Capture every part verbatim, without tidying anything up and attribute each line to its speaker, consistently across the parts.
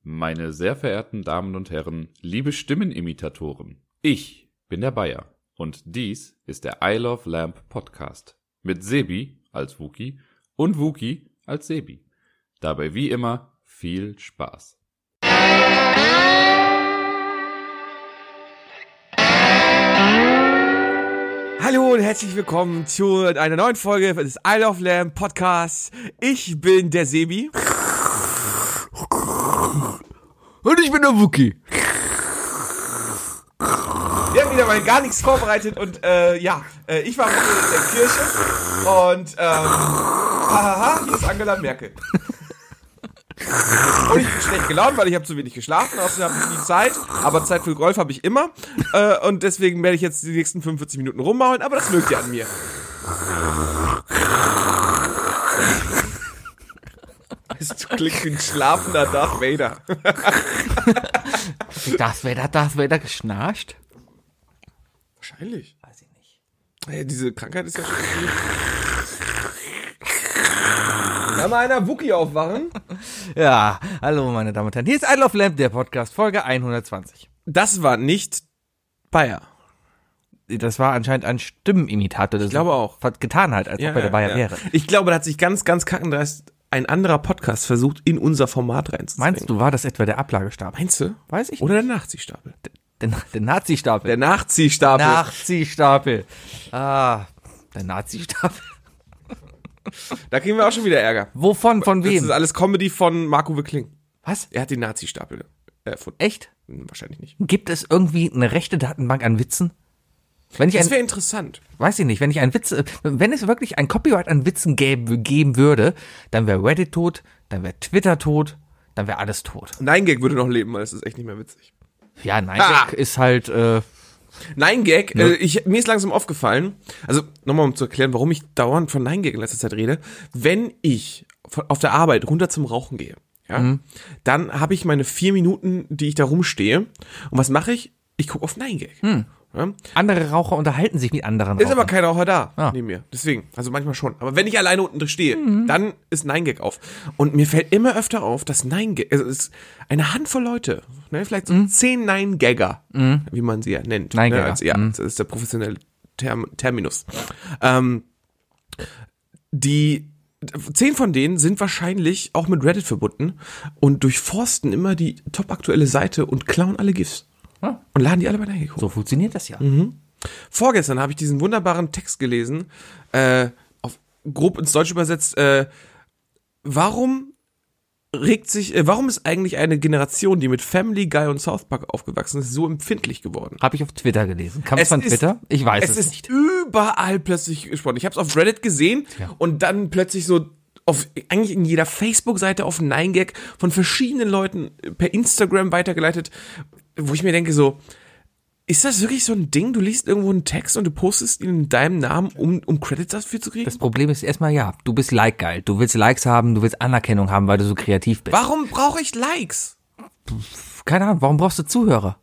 Speaker 1: Meine sehr verehrten Damen und Herren, liebe Stimmenimitatoren, ich bin der Bayer und dies ist der I Love Lamp Podcast mit Sebi als Wookie und Wookie als Sebi. Dabei wie immer viel Spaß.
Speaker 2: Hallo und herzlich willkommen zu einer neuen Folge des I Love Lamp Podcasts. Ich bin der Sebi. Und ich bin der Wookie. Wir haben wieder mal gar nichts vorbereitet und äh, ja, äh, ich war in der Kirche und ähm, hahaha, hier ist Angela Merkel. Und ich bin schlecht gelaunt, weil ich habe zu wenig geschlafen, außerdem habe ich nie Zeit, aber Zeit für Golf habe ich immer äh, und deswegen werde ich jetzt die nächsten fünfundvierzig Minuten rummaulen, aber das mögt ihr an mir. Das klingt wie ein schlafender Darth Vader.
Speaker 3: Darth Vader, Darth Vader geschnarcht?
Speaker 2: Wahrscheinlich.
Speaker 3: Weiß ich nicht.
Speaker 2: Hey, diese Krankheit ist ja schon... Kann mal einer Wookie aufwachen?
Speaker 3: Ja, hallo meine Damen und Herren. Hier ist I Love Lamp, der Podcast, Folge hundertzwanzig.
Speaker 2: Das war nicht Bayer.
Speaker 3: Das war anscheinend ein Stimmenimitator, der
Speaker 2: Ich glaube auch.
Speaker 3: was getan hat, als
Speaker 2: Ja,
Speaker 3: ob er der Bayer
Speaker 2: ja.
Speaker 3: wäre.
Speaker 2: Ich glaube, da hat sich ganz, ganz kackendreist ein anderer Podcast versucht, in unser Format reinzuzwingen.
Speaker 3: Meinst du, war das etwa der Ablagestapel?
Speaker 2: Meinst du?
Speaker 3: Weiß ich nicht.
Speaker 2: Oder der Nachziehstapel.
Speaker 3: Der, der Nazi-Stapel.
Speaker 2: Der Nachziehstapel.
Speaker 3: Nazi-Stapel. Ah, der Nazi-Stapel.
Speaker 2: Da kriegen wir auch schon wieder Ärger.
Speaker 3: Wovon, von
Speaker 2: Das
Speaker 3: wem?
Speaker 2: ist alles Comedy von Marco Wickling.
Speaker 3: Was?
Speaker 2: Er hat den Nazi-Stapel erfunden.
Speaker 3: Echt?
Speaker 2: Hm, Wahrscheinlich nicht.
Speaker 3: Gibt es irgendwie eine rechte Datenbank an Witzen? Wenn ich
Speaker 2: Das
Speaker 3: ein,
Speaker 2: wäre interessant.
Speaker 3: weiß ich nicht, wenn ich ein Witz, wenn es wirklich ein Copyright an Witzen gäbe, geben würde, dann wäre Reddit tot, dann wäre Twitter tot, dann wäre alles tot.
Speaker 2: Nein Gag würde noch leben, weil es ist echt nicht mehr witzig.
Speaker 3: Ja, nein,
Speaker 2: Ha!
Speaker 3: Gag ist halt, äh,
Speaker 2: Nein Gag,
Speaker 3: Ja.
Speaker 2: äh, ich, mir ist langsam aufgefallen, also nochmal um zu erklären, warum ich dauernd von Nein Gag in letzter Zeit rede, wenn ich von, auf der Arbeit runter zum Rauchen gehe, ja,
Speaker 3: Mhm.
Speaker 2: dann habe ich meine vier Minuten, die ich da rumstehe und was mache ich? Ich gucke auf Nein Gag.
Speaker 3: Hm.
Speaker 2: Ja?
Speaker 3: andere Raucher unterhalten sich mit anderen
Speaker 2: Ist
Speaker 3: Rauchern.
Speaker 2: aber kein Raucher da,
Speaker 3: Ah.
Speaker 2: neben mir. Deswegen, also manchmal schon. Aber wenn ich alleine unten drin stehe,
Speaker 3: Mhm.
Speaker 2: dann ist Nein Gag auf. Und mir fällt immer öfter auf, dass Nein Gag, also es ist eine Handvoll Leute, ne, vielleicht so zehn Nein Gagger, wie man sie ja nennt.
Speaker 3: Nein
Speaker 2: ne,
Speaker 3: Gagger.
Speaker 2: als, ja,
Speaker 3: Mhm.
Speaker 2: das ist der professionelle Term, Terminus. Ähm, die Zehn von denen sind wahrscheinlich auch mit Reddit verbunden und durchforsten immer die top aktuelle Seite und klauen alle GIFs.
Speaker 3: Ah.
Speaker 2: Und laden die alle bei Nein Gag hoch.
Speaker 3: So funktioniert das ja.
Speaker 2: Vorgestern habe ich diesen wunderbaren Text gelesen, äh, auf, grob ins Deutsche übersetzt, äh, warum regt sich, äh, warum ist eigentlich eine Generation, die mit Family Guy und South Park aufgewachsen ist, so empfindlich geworden?
Speaker 3: Habe ich auf Twitter gelesen. Kam es
Speaker 2: Es
Speaker 3: von
Speaker 2: ist-
Speaker 3: Twitter? Ich weiß es,
Speaker 2: Es ist
Speaker 3: nicht.
Speaker 2: überall plötzlich gesprochen. Ich habe es auf Reddit gesehen
Speaker 3: Ja.
Speaker 2: und dann plötzlich so auf eigentlich in jeder Facebook-Seite auf nein Gag von verschiedenen Leuten per Instagram weitergeleitet, wo ich mir denke so, ist das wirklich so ein Ding? Du liest irgendwo einen Text und du postest ihn in deinem Namen, um, um Credits dafür zu kriegen?
Speaker 3: Das Problem ist erstmal, ja, du bist like-geil. Du willst Likes haben, du willst Anerkennung haben, weil du so kreativ bist.
Speaker 2: Warum brauche ich Likes?
Speaker 3: Keine Ahnung, warum brauchst du Zuhörer?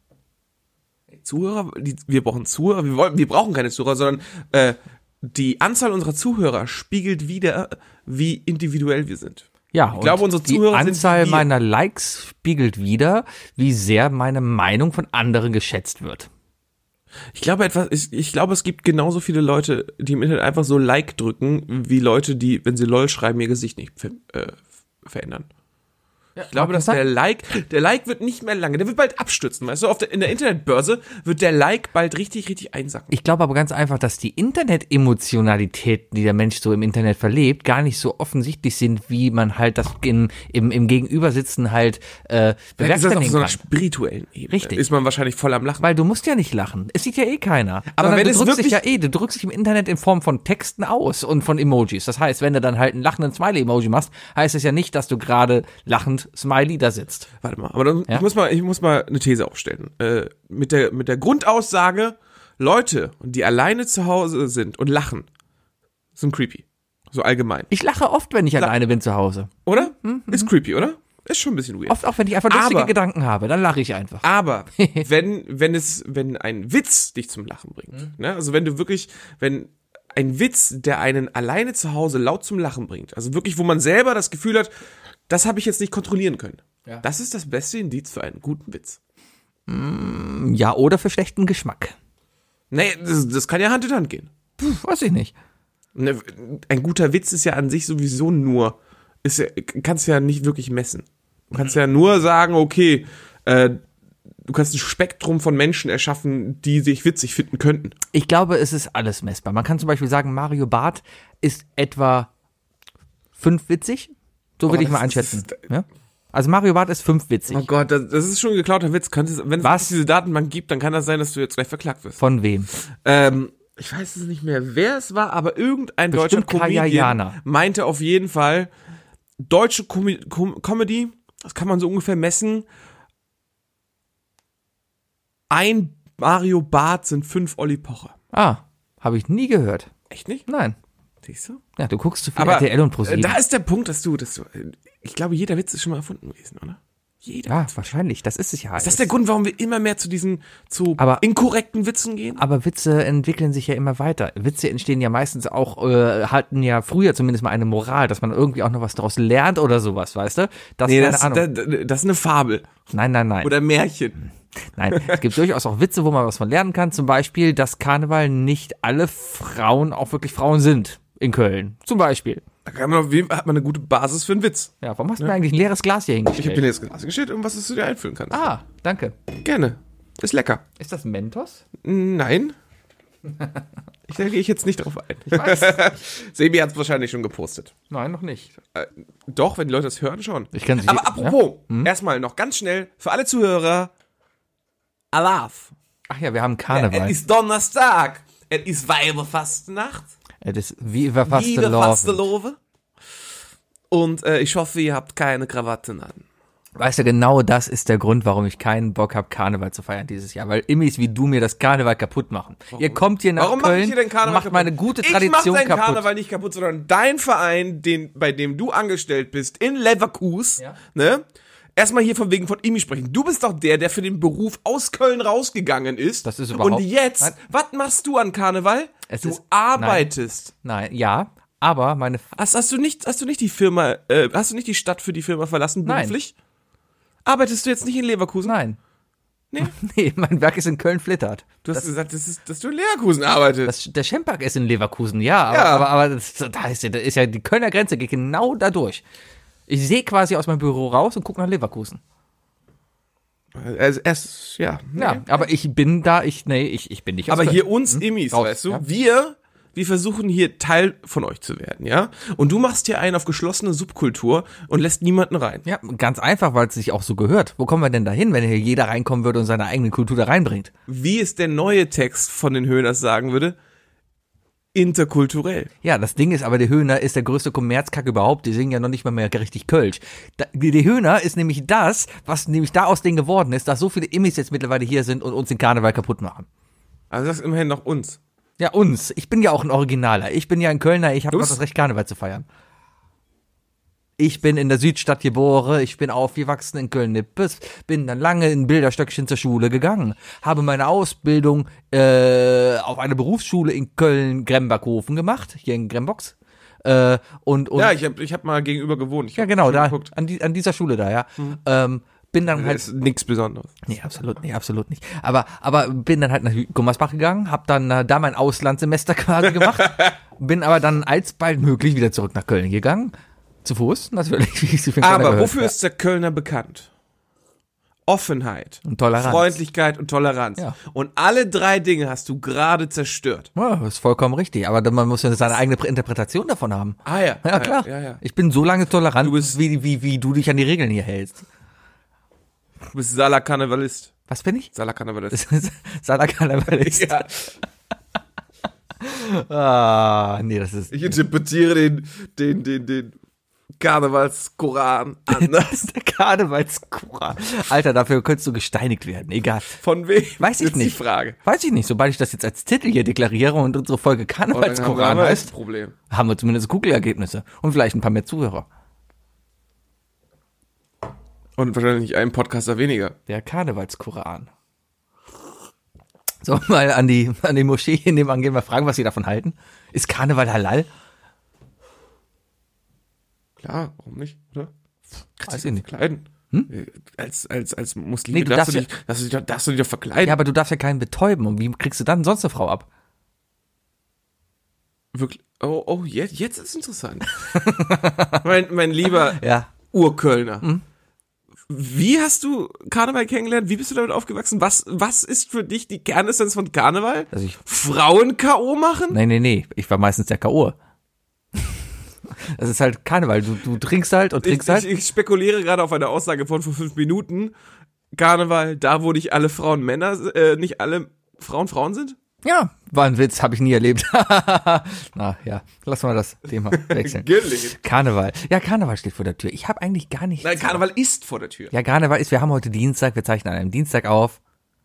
Speaker 2: Zuhörer, die, wir brauchen Zuhörer, wir, wollen, wir brauchen keine Zuhörer, sondern äh, die Anzahl unserer Zuhörer spiegelt wider, wie individuell wir sind.
Speaker 3: Ja,
Speaker 2: Ich
Speaker 3: und
Speaker 2: glaube, unsere Zuhörer
Speaker 3: die
Speaker 2: sind
Speaker 3: Anzahl
Speaker 2: wir.
Speaker 3: meiner Likes spiegelt wider, wie sehr meine Meinung von anderen geschätzt wird.
Speaker 2: Ich glaube etwas, ich, ich glaube, es gibt genauso viele Leute, die im Internet einfach so Like drücken, wie Leute, die, wenn sie LOL schreiben, ihr Gesicht nicht ver äh, verändern. Ich glaube, dass der Like, der Like wird nicht mehr lange, der wird bald abstürzen, weißt du, auf der, in der Internetbörse wird der Like bald richtig, richtig einsacken.
Speaker 3: Ich glaube aber ganz einfach, dass die Internet-Emotionalitäten, die der Mensch so im Internet verlebt, gar nicht so offensichtlich sind, wie man halt das in, im, im Gegenübersitzen halt äh,
Speaker 2: Vielleicht ist das auf
Speaker 3: bewerkstelligen
Speaker 2: so einer
Speaker 3: kann.
Speaker 2: spirituellen Ebene.
Speaker 3: Richtig.
Speaker 2: Ist man wahrscheinlich voll am Lachen.
Speaker 3: Weil du musst ja nicht lachen. Es sieht ja eh keiner.
Speaker 2: Aber
Speaker 3: Sondern
Speaker 2: wenn
Speaker 3: du
Speaker 2: es
Speaker 3: drückst dich ja
Speaker 2: wirklich-
Speaker 3: eh, du drückst dich im Internet in Form von Texten aus und von Emojis. Das heißt, wenn du dann halt einen lachenden Smiley-Emoji machst, heißt es ja nicht, dass du gerade lachend Smiley da sitzt.
Speaker 2: Warte mal, aber dann,
Speaker 3: Ja?
Speaker 2: ich muss mal, ich muss mal eine These aufstellen. Äh, mit der, mit der Grundaussage, Leute, die alleine zu Hause sind und lachen, sind creepy. So allgemein.
Speaker 3: Ich lache oft, wenn ich alleine bin zu Hause.
Speaker 2: Oder? Ist creepy, oder? Ist schon ein bisschen weird.
Speaker 3: Oft auch, wenn ich einfach lustige
Speaker 2: Aber-
Speaker 3: Gedanken habe, dann lache ich einfach.
Speaker 2: Aber wenn, wenn es, wenn ein Witz dich zum Lachen bringt, ne? Also wenn du wirklich, wenn ein Witz, der einen alleine zu Hause laut zum Lachen bringt, also wirklich, wo man selber das Gefühl hat, das habe ich jetzt nicht kontrollieren können.
Speaker 3: Ja.
Speaker 2: Das ist das beste Indiz für einen guten Witz.
Speaker 3: Ja, oder für schlechten Geschmack.
Speaker 2: Nee, das, das kann ja Hand in Hand gehen.
Speaker 3: Puh, weiß ich nicht.
Speaker 2: Ne, ein guter Witz ist ja an sich sowieso nur, ist ja, kannst ja nicht wirklich messen. Du kannst ja nur sagen, okay, äh, du kannst ein Spektrum von Menschen erschaffen, die sich witzig finden könnten.
Speaker 3: Ich glaube, es ist alles messbar. Man kann zum Beispiel sagen, Mario Barth ist etwa fünf witzig. So würde
Speaker 2: Oh,
Speaker 3: ich mal
Speaker 2: das
Speaker 3: einschätzen.
Speaker 2: ist-
Speaker 3: Ja? Also Mario Barth ist fünf witzig.
Speaker 2: Oh Gott, das, das ist schon ein geklauter Witz. Könnte, wenn
Speaker 3: Was?
Speaker 2: es diese Datenbank gibt, dann kann das sein, dass du jetzt gleich verklagt wirst.
Speaker 3: Von wem?
Speaker 2: Ähm, ich weiß es nicht mehr, wer es war, aber irgendein deutscher
Speaker 3: Bestimmt Kaya
Speaker 2: Comedian
Speaker 3: Jana.
Speaker 2: meinte auf jeden Fall, deutsche Com Com Comedy, das kann man so ungefähr messen, ein Mario Barth sind fünf Olli Pocher.
Speaker 3: Ah, habe ich nie gehört.
Speaker 2: Echt nicht?
Speaker 3: Nein.
Speaker 2: Siehst du?
Speaker 3: Ja, du guckst zu viel
Speaker 2: Aber
Speaker 3: R T L und
Speaker 2: äh,
Speaker 3: ProSieben.
Speaker 2: da ist der Punkt, dass du, dass du, äh, ich glaube, jeder Witz ist schon mal erfunden gewesen, oder? Jeder.
Speaker 3: Ja, wahrscheinlich. Das ist es ja.
Speaker 2: Ist das der Grund, warum wir immer mehr zu diesen, zu
Speaker 3: Aber-
Speaker 2: inkorrekten Witzen gehen?
Speaker 3: Aber Witze entwickeln sich ja immer weiter. Witze entstehen ja meistens auch, äh, hatten ja früher zumindest mal eine Moral, dass man irgendwie auch noch was daraus lernt oder sowas, weißt du? Das,
Speaker 2: Nee,
Speaker 3: keine
Speaker 2: das,
Speaker 3: Ahnung.
Speaker 2: das, das ist eine Fabel.
Speaker 3: nein, nein, nein.
Speaker 2: Oder Märchen.
Speaker 3: Nein, es gibt durchaus auch Witze, wo man was von lernen kann. Zum Beispiel, dass Karneval nicht alle Frauen auch wirklich Frauen sind. In Köln. Zum Beispiel.
Speaker 2: Da kann man auf jeden Fall, hat man eine gute Basis für einen Witz.
Speaker 3: Ja, warum hast du mir eigentlich ein leeres Glas hier
Speaker 2: Ich habe
Speaker 3: hingestellt?
Speaker 2: dir jetzt Glas gestellt, um was es du dir einfüllen kannst.
Speaker 3: Ah, danke.
Speaker 2: Gerne. Ist lecker.
Speaker 3: Ist das Mentos?
Speaker 2: Nein. Ich da gehe ich jetzt nicht drauf ein.
Speaker 3: Ich weiß.
Speaker 2: Sebi hat es wahrscheinlich schon gepostet.
Speaker 3: Nein, noch nicht.
Speaker 2: Äh, doch, wenn die Leute das hören, schon.
Speaker 3: Ich kann sie-
Speaker 2: Aber apropos,
Speaker 3: ja? Hm?
Speaker 2: erstmal noch ganz schnell für alle Zuhörer. Alaf.
Speaker 3: Ach ja, wir haben
Speaker 2: Es
Speaker 3: Karneval.
Speaker 2: ist Donnerstag. Es ist Weiberfastnacht.
Speaker 3: Es ist Viva
Speaker 2: Liebe
Speaker 3: Fastelovend.
Speaker 2: Fastelove. Und äh, ich hoffe, ihr habt keine Krawatten an.
Speaker 3: Weißt du, genau das ist der Grund, warum ich keinen Bock habe, Karneval zu feiern dieses Jahr. Weil Immis wie du mir das Karneval kaputt machen. Ihr kommt hier nach
Speaker 2: Warum mache
Speaker 3: Köln
Speaker 2: ich hier den Karneval
Speaker 3: und macht
Speaker 2: kaputt?
Speaker 3: meine gute
Speaker 2: Ich
Speaker 3: Tradition
Speaker 2: mach deinen
Speaker 3: kaputt.
Speaker 2: Karneval nicht kaputt, sondern dein Verein, den, bei dem du angestellt bist, in Leverkusen,
Speaker 3: Ja.
Speaker 2: ne? Erstmal hier von wegen von Imi sprechen. Du bist doch der, der für den Beruf aus Köln rausgegangen ist.
Speaker 3: Das ist überhaupt-
Speaker 2: Und jetzt,
Speaker 3: Nein.
Speaker 2: was machst du an Karneval?
Speaker 3: Es
Speaker 2: du
Speaker 3: ist-
Speaker 2: arbeitest.
Speaker 3: Nein, ja, aber meine...
Speaker 2: Hast, hast du nicht, hast du nicht die Firma, äh, hast du nicht die Stadt für die Firma verlassen,
Speaker 3: Nein.
Speaker 2: beruflich? Arbeitest du jetzt nicht in Leverkusen?
Speaker 3: Nein.
Speaker 2: Nee.
Speaker 3: Nee, mein Werk ist in Köln-Flittert.
Speaker 2: Du hast gesagt, das ist, dass du in Leverkusen arbeitest.
Speaker 3: Das, der Schempark ist in Leverkusen, ja, aber,
Speaker 2: Ja.
Speaker 3: aber, aber das, da, ist ja, da ist ja die Kölner Grenze, geht genau da durch. Ich sehe quasi aus meinem Büro raus und gucke nach Leverkusen.
Speaker 2: Also erst, ja. nee.
Speaker 3: Ja, aber ich bin da, ich, nee, ich, ich bin nicht aus
Speaker 2: Aber
Speaker 3: Köln.
Speaker 2: hier uns Immis,
Speaker 3: Raus,
Speaker 2: weißt du,
Speaker 3: ja.
Speaker 2: wir, wir versuchen hier Teil von euch zu werden, ja? Und du machst hier einen auf geschlossene Subkultur und lässt niemanden rein.
Speaker 3: Ja, ganz einfach, weil es sich auch so gehört. Wo kommen wir denn da hin, wenn hier jeder reinkommen würde und seine eigene Kultur da reinbringt?
Speaker 2: Wie es der neue Text von den Höhners sagen würde, interkulturell.
Speaker 3: Ja, das Ding ist aber, der Höhner ist der größte Kommerzkack überhaupt. Die singen ja noch nicht mal mehr richtig Kölsch. Da, die, die Höhner ist nämlich das, was nämlich da aus denen geworden ist, dass so viele Immis jetzt mittlerweile hier sind und uns den Karneval kaputt machen.
Speaker 2: Also das ist immerhin noch uns.
Speaker 3: Ja, uns. Ich bin ja auch ein Originaler. Ich bin ja ein Kölner. Ich habe
Speaker 2: Du
Speaker 3: auch
Speaker 2: bist-
Speaker 3: das Recht, Karneval zu feiern. Ich bin in der Südstadt geboren, ich bin aufgewachsen in Köln-Nippes, bin dann lange in Bilderstöckchen zur Schule gegangen, habe meine Ausbildung äh, auf einer Berufsschule in Köln-Grembachhofen gemacht, hier in Grembox. Äh, und, und
Speaker 2: Ja, ich habe ich hab mal gegenüber gewohnt. Ich
Speaker 3: ja
Speaker 2: hab
Speaker 3: genau,
Speaker 2: schon
Speaker 3: da,
Speaker 2: geguckt.
Speaker 3: an, die, an dieser Schule da, ja. Ähm, bin dann
Speaker 2: Das
Speaker 3: halt
Speaker 2: ist nichts Besonderes.
Speaker 3: Nee, absolut, nee, absolut nicht. Aber, aber bin dann halt nach Gummersbach gegangen, hab dann äh, da mein Auslandssemester quasi gemacht, bin aber dann alsbald möglich wieder zurück nach Köln gegangen. Zu Fuß, natürlich. Wie es für einen Kölner
Speaker 2: Aber
Speaker 3: gehört.
Speaker 2: wofür ist der Kölner bekannt? Offenheit,
Speaker 3: Und Toleranz.
Speaker 2: Freundlichkeit und Toleranz.
Speaker 3: Ja.
Speaker 2: Und alle drei Dinge hast du gerade zerstört.
Speaker 3: Ja, das ist vollkommen richtig. Aber dann- man muss ja seine eigene Interpretation davon haben.
Speaker 2: Ah ja.
Speaker 3: Ja, klar.
Speaker 2: Ja, ja.
Speaker 3: Ich bin so lange tolerant,
Speaker 2: Du bist-
Speaker 3: wie, wie, wie du dich an die Regeln hier hältst.
Speaker 2: Du bist Salah-Karnevalist.
Speaker 3: Was bin ich?
Speaker 2: Salah-Karnevalist.
Speaker 3: Salakarnevalist.
Speaker 2: Ja.
Speaker 3: Ah, nee, das ist,
Speaker 2: Ich interpretiere den, den, den, den Karnevalskoran anders.
Speaker 3: das ist der Karnevalskura. Alter, dafür könntest du gesteinigt werden. Egal.
Speaker 2: Von wem?
Speaker 3: Weiß ich
Speaker 2: ist
Speaker 3: nicht.
Speaker 2: die Frage.
Speaker 3: Weiß ich nicht. Sobald ich das jetzt als Titel hier deklariere und unsere Folge
Speaker 2: Und dann haben
Speaker 3: Karnevalskoran
Speaker 2: wir
Speaker 3: heißt,
Speaker 2: das Problem.
Speaker 3: haben wir zumindest Google-Ergebnisse und vielleicht ein paar mehr Zuhörer.
Speaker 2: Und wahrscheinlich einen Podcaster weniger.
Speaker 3: Der Karnevalskoran. So, mal an die, an die Moschee hier nebenan gehen, mal fragen, was sie davon halten. Ist Karneval halal?
Speaker 2: Klar, warum nicht, oder? Kannst du dich verkleiden? Hm? Als, als, als Muslime
Speaker 3: Nee, du
Speaker 2: darfst, du
Speaker 3: darfst
Speaker 2: dich, darfst, du dich, doch- darfst du dich doch verkleiden.
Speaker 3: Ja, aber du darfst ja keinen betäuben. Und wie kriegst du dann sonst eine Frau ab?
Speaker 2: Wirklich. Oh, oh, jetzt, jetzt ist interessant. mein, mein lieber
Speaker 3: Ja.
Speaker 2: Urkölner.
Speaker 3: Mhm.
Speaker 2: Wie hast du Karneval kennengelernt? Wie bist du damit aufgewachsen? Was, was ist für dich die Kernessenz von Karneval?
Speaker 3: Also ich,
Speaker 2: Frauen-K O machen?
Speaker 3: nee, nee, nee. Ich war meistens der K O. Das ist halt Karneval. Du, du trinkst halt und
Speaker 2: Ich,
Speaker 3: trinkst halt.
Speaker 2: ich, ich spekuliere gerade auf eine Aussage von vor fünf Minuten. Karneval, da wo nicht alle Frauen Männer, äh, nicht alle Frauen Frauen sind?
Speaker 3: Ja, war ein Witz, habe ich nie erlebt. Na ja, lass mal das Thema wechseln.
Speaker 2: Gelegt.
Speaker 3: Karneval. Ja, Karneval steht vor der Tür. Ich habe eigentlich gar nichts.
Speaker 2: Nein, Karneval ist vor der Tür.
Speaker 3: Ja, Karneval ist, wir haben heute Dienstag, wir zeichnen an einem Dienstag auf.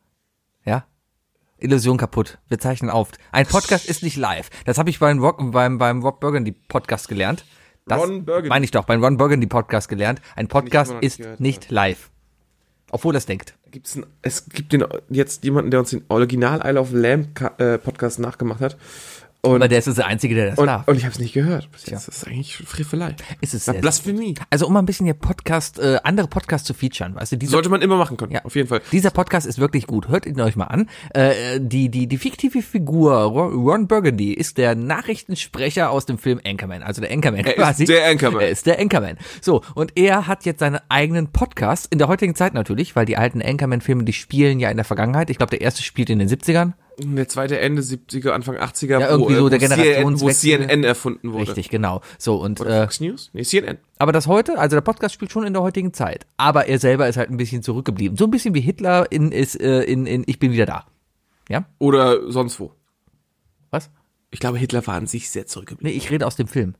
Speaker 3: Ja? Illusion kaputt. Wir zeichnen auf. Ein Podcast ist nicht live. Das habe ich beim Rock, beim, beim Rob Burgundy Podcast gelernt. Das
Speaker 2: Ron Burgundy.
Speaker 3: meine ich doch, beim Ron Burgundy Podcast gelernt. Ein Podcast
Speaker 2: immer noch nicht
Speaker 3: ist
Speaker 2: gehört,
Speaker 3: nicht live. Obwohl das denkt.
Speaker 2: Gibt's ein, es gibt den, jetzt jemanden, der uns den Original Isle of Lamb Ka- äh, Podcast nachgemacht hat. Und,
Speaker 3: Aber der ist der Einzige, der das
Speaker 2: und,
Speaker 3: darf.
Speaker 2: und ich habe es nicht gehört. Bis
Speaker 3: Tja.
Speaker 2: jetzt. Das ist eigentlich Frevelei.
Speaker 3: Ist es
Speaker 2: Na,
Speaker 3: sehr-
Speaker 2: Blasphemie.
Speaker 3: Also um mal ein bisschen hier Podcast, äh, andere Podcasts zu featuren, weißt du, dieser,
Speaker 2: Sollte man immer machen können,
Speaker 3: Ja.
Speaker 2: auf jeden Fall.
Speaker 3: dieser Podcast ist wirklich gut. Hört ihn euch mal an. Äh, die, die, die fiktive Figur Ron, Ron Burgundy ist der Nachrichtensprecher aus dem Film Anchorman. Also der Anchorman
Speaker 2: Er ist
Speaker 3: quasi.
Speaker 2: der Anchorman.
Speaker 3: Er ist der Anchorman. So, und er hat jetzt seinen eigenen Podcast, in der heutigen Zeit natürlich, weil die alten Anchorman-Filme, die spielen ja in der Vergangenheit. Ich glaube, der erste spielt in den siebzigern.
Speaker 2: Der zweite Ende siebziger, Anfang achtziger,
Speaker 3: Ja, irgendwie so der
Speaker 2: C N N, wo
Speaker 3: Generationswechsel.
Speaker 2: C N N erfunden wurde.
Speaker 3: Richtig, genau. So, und
Speaker 2: Oder
Speaker 3: äh,
Speaker 2: Fox News? Nee, C N N.
Speaker 3: aber das heute, also der Podcast spielt schon in der heutigen Zeit. Aber er selber ist halt ein bisschen zurückgeblieben. So ein bisschen wie Hitler in, ist, äh, in, in Ich bin wieder da. Ja?
Speaker 2: Oder sonst wo.
Speaker 3: Was?
Speaker 2: Ich glaube, Hitler war an sich sehr zurückgeblieben.
Speaker 3: Nee, ich rede aus dem Film.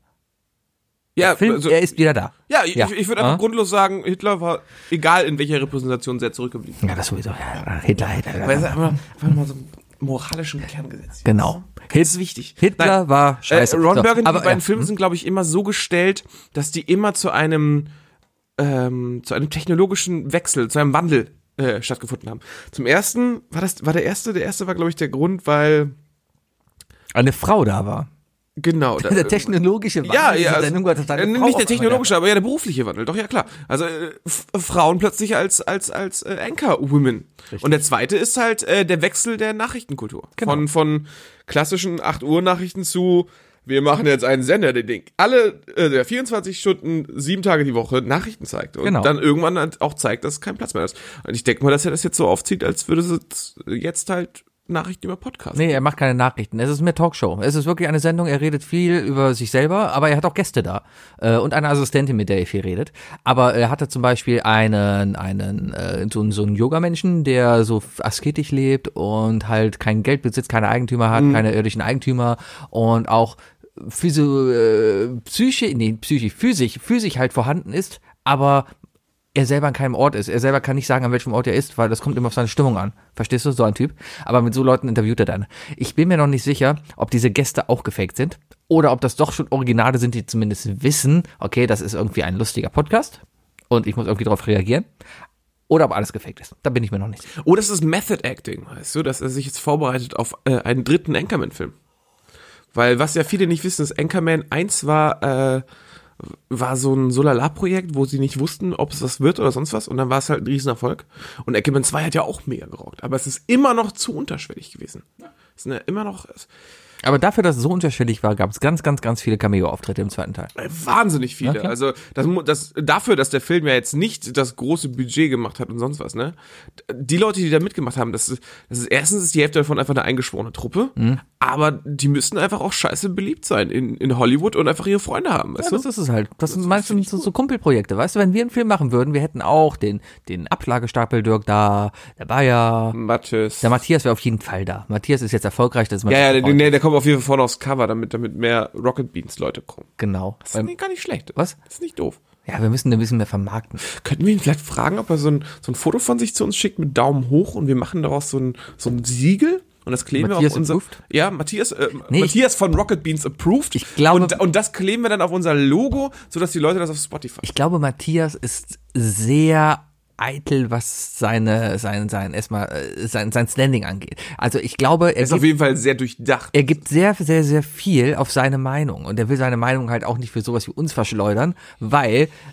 Speaker 2: Ja,
Speaker 3: Film,
Speaker 2: also,
Speaker 3: er ist wieder da.
Speaker 2: ja, ich,
Speaker 3: Ja.
Speaker 2: ich würde einfach
Speaker 3: Ah.
Speaker 2: grundlos sagen, Hitler war, egal in welcher Repräsentation, sehr zurückgeblieben.
Speaker 3: Ja, das sowieso. Ja, Hitler, Hitler.
Speaker 2: Aber es ist einfach, einfach mal so einen moralischen Kern gesetzt.
Speaker 3: Genau.
Speaker 2: Das ist wichtig.
Speaker 3: Hitler
Speaker 2: Nein,
Speaker 3: war scheiße.
Speaker 2: Äh, Ron
Speaker 3: So,
Speaker 2: Burgundy,
Speaker 3: aber,
Speaker 2: die beiden
Speaker 3: ja.
Speaker 2: Filme sind, glaube ich, immer so gestellt, dass die immer zu einem, ähm, zu einem technologischen Wechsel, zu einem Wandel äh, stattgefunden haben. Zum ersten, war das, war der erste, der erste war, glaube ich, der Grund, weil,
Speaker 3: Eine Frau da war.
Speaker 2: genau. Da,
Speaker 3: Der technologische Wandel
Speaker 2: ja,
Speaker 3: dieser
Speaker 2: ja, also,
Speaker 3: Sendung war, dass eine
Speaker 2: äh,
Speaker 3: Frau
Speaker 2: nicht
Speaker 3: auf
Speaker 2: der
Speaker 3: einmal
Speaker 2: technologische, aber ja der berufliche Wandel, doch ja klar. Also äh, F Frauen plötzlich als als als äh, Anchor-Women. Und der zweite ist halt äh, der Wechsel der Nachrichtenkultur.
Speaker 3: Genau.
Speaker 2: Von von klassischen acht Uhr Nachrichten zu wir machen jetzt einen Sender, der Ding alle äh, der vierundzwanzig Stunden, sieben Tage die Woche Nachrichten zeigt und
Speaker 3: Genau.
Speaker 2: dann irgendwann halt auch zeigt, dass kein Platz mehr ist. Und ich denke mal, dass er das jetzt so aufzieht, als würde es jetzt halt Nachrichten über Podcast.
Speaker 3: Nee, er macht keine Nachrichten. Es ist mehr Talkshow. Es ist wirklich eine Sendung. Er redet viel über sich selber, aber er hat auch Gäste da. Äh, und eine Assistentin, mit der er viel redet. Aber er hatte zum Beispiel einen, einen, äh, so, so einen Yoga-Menschen, der so asketisch lebt und halt kein Geld besitzt, keine Eigentümer hat, keine irdischen Eigentümer und auch physio, äh, psychisch, nee, psychisch, physisch, physisch halt vorhanden ist, aber er selber an keinem Ort ist. Er selber kann nicht sagen, an welchem Ort er ist, weil das kommt immer auf seine Stimmung an. Verstehst du? So ein Typ. Aber mit so Leuten interviewt er dann. Ich bin mir noch nicht sicher, ob diese Gäste auch gefaked sind oder ob das doch schon Originale sind, die zumindest wissen, okay, das ist irgendwie ein lustiger Podcast und ich muss irgendwie darauf reagieren. Oder ob alles gefaked ist. Da bin ich mir noch nicht sicher.
Speaker 2: Oder es ist Method Acting, weißt du, dass er sich jetzt vorbereitet auf äh, einen dritten Anchorman-Film. Weil was ja viele nicht wissen, ist Anchorman eins war, äh, war so ein Solala-Projekt, wo sie nicht wussten, ob es das wird oder sonst was. Und dann war es halt ein Riesenerfolg. Und Anchorman zwei hat ja auch mega gerockt. Aber es ist immer noch zu unterschwellig gewesen. Es sind ja immer noch
Speaker 3: Aber dafür, dass es so unterschiedlich war, gab es ganz, ganz, ganz viele Cameo-Auftritte im zweiten Teil.
Speaker 2: äh, wahnsinnig viele.
Speaker 3: Ja, klar.
Speaker 2: Also das, mu- das dafür, dass der Film ja jetzt nicht das große Budget gemacht hat und sonst was, ne? Die Leute, die da mitgemacht haben, das ist, das ist erstens ist die Hälfte davon einfach eine eingeschworene Truppe,
Speaker 3: Mhm.
Speaker 2: aber die müssten einfach auch scheiße beliebt sein in, in Hollywood und einfach ihre Freunde haben, weißt
Speaker 3: Ja,
Speaker 2: du?
Speaker 3: das ist es halt. Das sind meistens so, so Kumpelprojekte, weißt du? Wenn wir einen Film machen würden, wir hätten auch den, den Ablagestapel Dirk da, der Bayer,
Speaker 2: Matthias.
Speaker 3: der Matthias wäre auf jeden Fall da. Matthias ist jetzt erfolgreich, das ist
Speaker 2: Ja, ja,
Speaker 3: Matthias
Speaker 2: der, der, der kommt auf jeden Fall vorne aufs Cover, damit, damit mehr Rocket Beans Leute kommen.
Speaker 3: Genau.
Speaker 2: Das ist nicht, gar nicht schlecht.
Speaker 3: Was?
Speaker 2: Das ist nicht doof.
Speaker 3: Ja, wir müssen ein bisschen mehr vermarkten.
Speaker 2: Könnten wir ihn vielleicht fragen, ob er so ein, so ein Foto von sich zu uns schickt mit Daumen hoch und wir machen daraus so ein, so ein Siegel und das kleben
Speaker 3: Matthias
Speaker 2: wir auf unser...
Speaker 3: approved?
Speaker 2: Ja, Matthias, äh,
Speaker 3: Nee,
Speaker 2: Matthias von Rocket Beans approved.
Speaker 3: Ich glaube-
Speaker 2: Und, und das kleben wir dann auf unser Logo, sodass die Leute das auf Spotify...
Speaker 3: Ich glaube, Matthias ist sehr eitel, was seine, sein, sein, erstmal, äh, sein, sein Standing angeht. Also ich glaube, er
Speaker 2: ist auf
Speaker 3: gibt,
Speaker 2: jeden Fall sehr durchdacht.
Speaker 3: er gibt sehr, sehr, sehr viel auf seine Meinung und er will seine Meinung halt auch nicht für sowas wie uns verschleudern, weil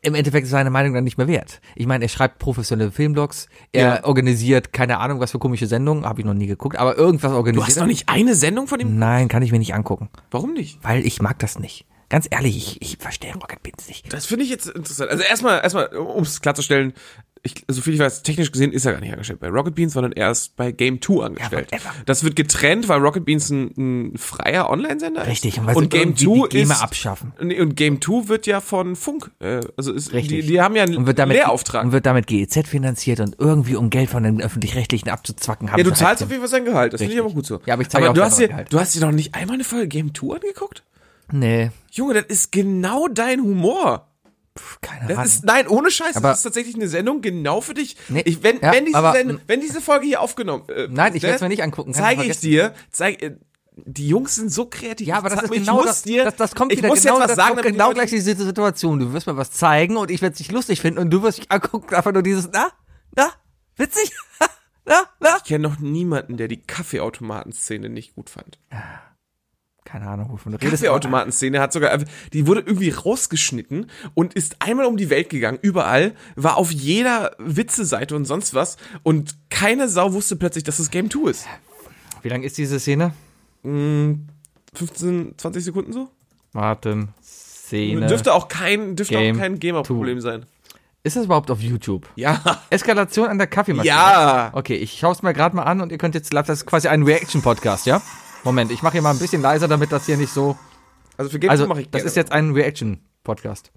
Speaker 3: im Endeffekt ist seine Meinung dann nicht mehr wert. Ich meine, er schreibt professionelle Filmblogs, er
Speaker 2: Ja.
Speaker 3: organisiert, keine Ahnung, was für komische Sendungen, habe ich noch nie geguckt, aber irgendwas
Speaker 2: Du
Speaker 3: organisiert.
Speaker 2: hast noch nicht eine Sendung von ihm?
Speaker 3: Nein, kann ich mir nicht angucken,
Speaker 2: Warum nicht?
Speaker 3: weil ich mag das nicht. Ganz ehrlich, ich, ich verstehe Rocket Beans nicht.
Speaker 2: Das finde ich jetzt interessant. Also erstmal, erstmal, um es klarzustellen, ich, so viel ich weiß, technisch gesehen ist er gar nicht angestellt bei Rocket Beans, sondern er ist bei Game two angestellt.
Speaker 3: Ja, whatever.
Speaker 2: Das wird getrennt, weil Rocket Beans ein, ein freier Online-Sender ist.
Speaker 3: Richtig, und weil
Speaker 2: und
Speaker 3: sie
Speaker 2: Game
Speaker 3: irgendwie
Speaker 2: two
Speaker 3: die GEMA
Speaker 2: ist
Speaker 3: abschaffen.
Speaker 2: Nee, und Game two wird ja von Funk, äh, also ist, die,
Speaker 3: Richtig.
Speaker 2: die haben ja einen
Speaker 3: Und wird damit,
Speaker 2: Lehrauftrag.
Speaker 3: und wird damit G E Z finanziert und irgendwie um Geld von den Öffentlich-Rechtlichen abzuzwacken haben.
Speaker 2: Ja, du
Speaker 3: sie
Speaker 2: zahlst
Speaker 3: halt-
Speaker 2: auf jeden Fall sein Gehalt, das finde ich
Speaker 3: Richtig.
Speaker 2: aber gut so.
Speaker 3: Ja, aber ich zahle
Speaker 2: aber
Speaker 3: auch
Speaker 2: du
Speaker 3: selber
Speaker 2: hast dir,
Speaker 3: Gehalt.
Speaker 2: du hast dir noch nicht einmal eine Folge Game two angeguckt?
Speaker 3: Nee,
Speaker 2: Junge, das ist genau dein Humor.
Speaker 3: pf, keine
Speaker 2: Das
Speaker 3: Ahnung.
Speaker 2: ist, nein, ohne Scheiß,
Speaker 3: Aber-
Speaker 2: das ist tatsächlich eine Sendung genau für dich.
Speaker 3: Nee,
Speaker 2: ich, wenn,
Speaker 3: ja,
Speaker 2: wenn, diese
Speaker 3: aber-
Speaker 2: Sendung, wenn diese Folge hier aufgenommen äh,
Speaker 3: Nein, ich
Speaker 2: ne,
Speaker 3: werd's mir nicht angucken, kannst du
Speaker 2: Zeige ich
Speaker 3: vergessen.
Speaker 2: dir, zeig, äh, die Jungs sind so kreativ.
Speaker 3: Ja, aber das
Speaker 2: Ich
Speaker 3: ist
Speaker 2: muss
Speaker 3: genau das,
Speaker 2: dir,
Speaker 3: das, das kommt
Speaker 2: ich
Speaker 3: wieder
Speaker 2: muss
Speaker 3: genau,
Speaker 2: jetzt was
Speaker 3: das
Speaker 2: sagen,
Speaker 3: kommt
Speaker 2: damit die
Speaker 3: genau
Speaker 2: Leute-
Speaker 3: gleich diese Situation. Du wirst mir was zeigen und ich werde es nicht lustig finden und du wirst dich angucken, einfach nur dieses, na, na, witzig, na, na.
Speaker 2: Ich kenne noch niemanden, der die Kaffeeautomaten-Szene nicht gut fand.
Speaker 3: Keine Ahnung, wovon du
Speaker 2: Die
Speaker 3: redest.
Speaker 2: Kaffeeautomaten-Szene hat sogar, einfach- die wurde irgendwie rausgeschnitten und ist einmal um die Welt gegangen, überall, war auf jeder Witze-Seite und sonst was und keine Sau wusste plötzlich, dass es Game two ist.
Speaker 3: Wie lang ist diese Szene?
Speaker 2: fünfzehn, zwanzig Sekunden so?
Speaker 3: Warten, Szene.
Speaker 2: Dürfte auch kein, dürfte
Speaker 3: Game
Speaker 2: auch kein Gamer-Problem sein.
Speaker 3: Ist das überhaupt auf YouTube?
Speaker 2: Ja.
Speaker 3: Eskalation an der Kaffeemaschine.
Speaker 2: Ja.
Speaker 3: Okay, ich schaue es mir gerade mal an und ihr könnt jetzt live, das ist quasi ein Reaction-Podcast, ja? Moment, ich mache hier mal ein bisschen leiser, damit das hier nicht so.
Speaker 2: Also für Game
Speaker 3: Also,
Speaker 2: two mache ich
Speaker 3: das
Speaker 2: gerne.
Speaker 3: ist jetzt ein Reaction-Podcast.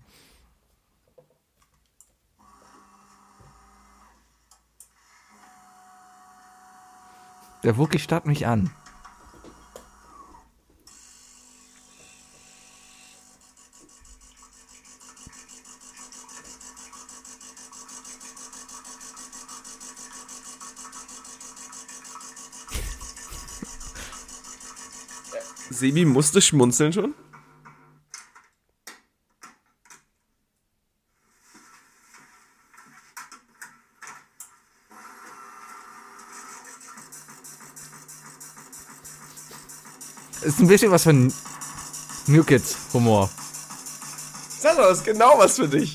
Speaker 3: Der Wookie starrt mich an.
Speaker 2: Sebi musste schmunzeln schon.
Speaker 3: Ist ein bisschen was von New Kids Humor.
Speaker 2: Sag doch, das ist genau was für dich.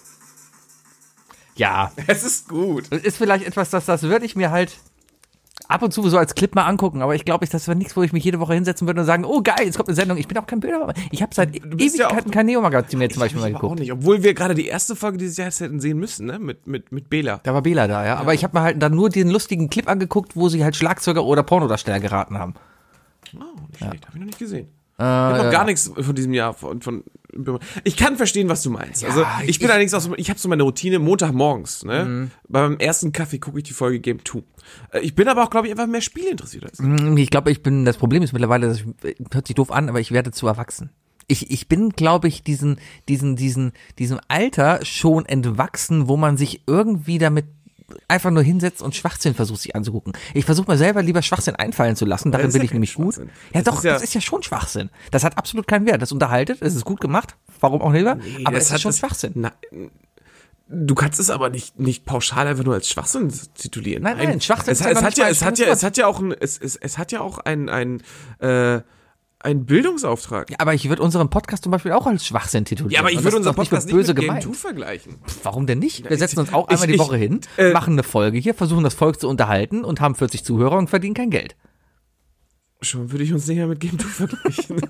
Speaker 3: Ja,
Speaker 2: Es ist gut.
Speaker 3: das ist vielleicht etwas, das, das würde ich mir halt ab und zu so als Clip mal angucken, aber ich glaube, das wäre nichts, wo ich mich jede Woche hinsetzen würde und sagen, oh geil, jetzt kommt eine Sendung. Ich bin auch kein Bilder. Ich habe seit
Speaker 2: bist ja
Speaker 3: Ewigkeiten
Speaker 2: auch-
Speaker 3: kein Neo-Magazin mehr zum
Speaker 2: Ich
Speaker 3: Beispiel mal
Speaker 2: aber auch
Speaker 3: geguckt.
Speaker 2: nicht, obwohl wir gerade die erste Folge dieses Jahres hätten sehen müssen, ne? Mit, mit, mit Bela.
Speaker 3: Da war Bela da, ja. Aber ich habe mir halt dann nur den lustigen Clip angeguckt, wo sie halt Schlagzeuger oder Pornodarsteller geraten haben.
Speaker 2: Oh, nicht schlecht, hab ich noch nicht gesehen.
Speaker 3: Äh,
Speaker 2: Ich hab noch
Speaker 3: ja.
Speaker 2: gar nichts von diesem Jahr von, von ich kann verstehen, was du meinst. Also ich,
Speaker 3: ich-
Speaker 2: bin allerdings auch so, ich habe so meine Routine Montagmorgens, ne?
Speaker 3: Mhm.
Speaker 2: Beim ersten Kaffee gucke ich die Folge Game two. Äh, Ich bin aber auch, glaube ich, einfach mehr Spiele interessiert als du.
Speaker 3: Mm, Ich glaube, ich bin, das Problem ist mittlerweile, das hört sich doof an, aber ich werde zu erwachsen. Ich, ich bin, glaube ich, diesen, diesen, diesen, diesem Alter schon entwachsen, wo man sich irgendwie damit einfach nur hinsetzt und Schwachsinn versucht sich anzugucken. Ich versuche mir selber lieber Schwachsinn einfallen zu lassen, darin
Speaker 2: ist
Speaker 3: bin
Speaker 2: ja
Speaker 3: ich
Speaker 2: kein
Speaker 3: nämlich gut.
Speaker 2: Schwachsinn.
Speaker 3: Ja
Speaker 2: Das
Speaker 3: doch,
Speaker 2: ist ja-
Speaker 3: das ist ja schon Schwachsinn. Das hat absolut keinen Wert. Das unterhaltet, es ist gut gemacht, warum auch lieber, aber
Speaker 2: das
Speaker 3: es
Speaker 2: hat
Speaker 3: ist schon
Speaker 2: das-
Speaker 3: Schwachsinn.
Speaker 2: Na, du kannst es aber nicht, nicht pauschal einfach nur als Schwachsinn titulieren.
Speaker 3: Nein, nein, Schwachsinn
Speaker 2: es,
Speaker 3: ist ja
Speaker 2: es
Speaker 3: noch
Speaker 2: hat
Speaker 3: nicht
Speaker 2: ja,
Speaker 3: mal ein
Speaker 2: es hat ja,
Speaker 3: schlimmes
Speaker 2: es hat ja auch ein, es, es, es hat ja auch ein, ein, äh, ein Bildungsauftrag.
Speaker 3: Ja, aber ich würde unseren Podcast zum Beispiel auch als Schwachsinn titulieren.
Speaker 2: Ja, aber ich
Speaker 3: Und
Speaker 2: würde
Speaker 3: das ist
Speaker 2: unseren
Speaker 3: doch nicht
Speaker 2: Podcast nicht
Speaker 3: böse
Speaker 2: mit Game
Speaker 3: gemeint.
Speaker 2: two vergleichen.
Speaker 3: Warum denn nicht? Wir
Speaker 2: ich-
Speaker 3: setzen uns auch
Speaker 2: ich-
Speaker 3: einmal die
Speaker 2: ich-
Speaker 3: Woche hin,
Speaker 2: äh,
Speaker 3: machen eine Folge hier, versuchen das Volk zu unterhalten und haben vierzig Zuhörer und verdienen kein Geld.
Speaker 2: Schon würde ich uns nicht mehr mit Game two vergleichen.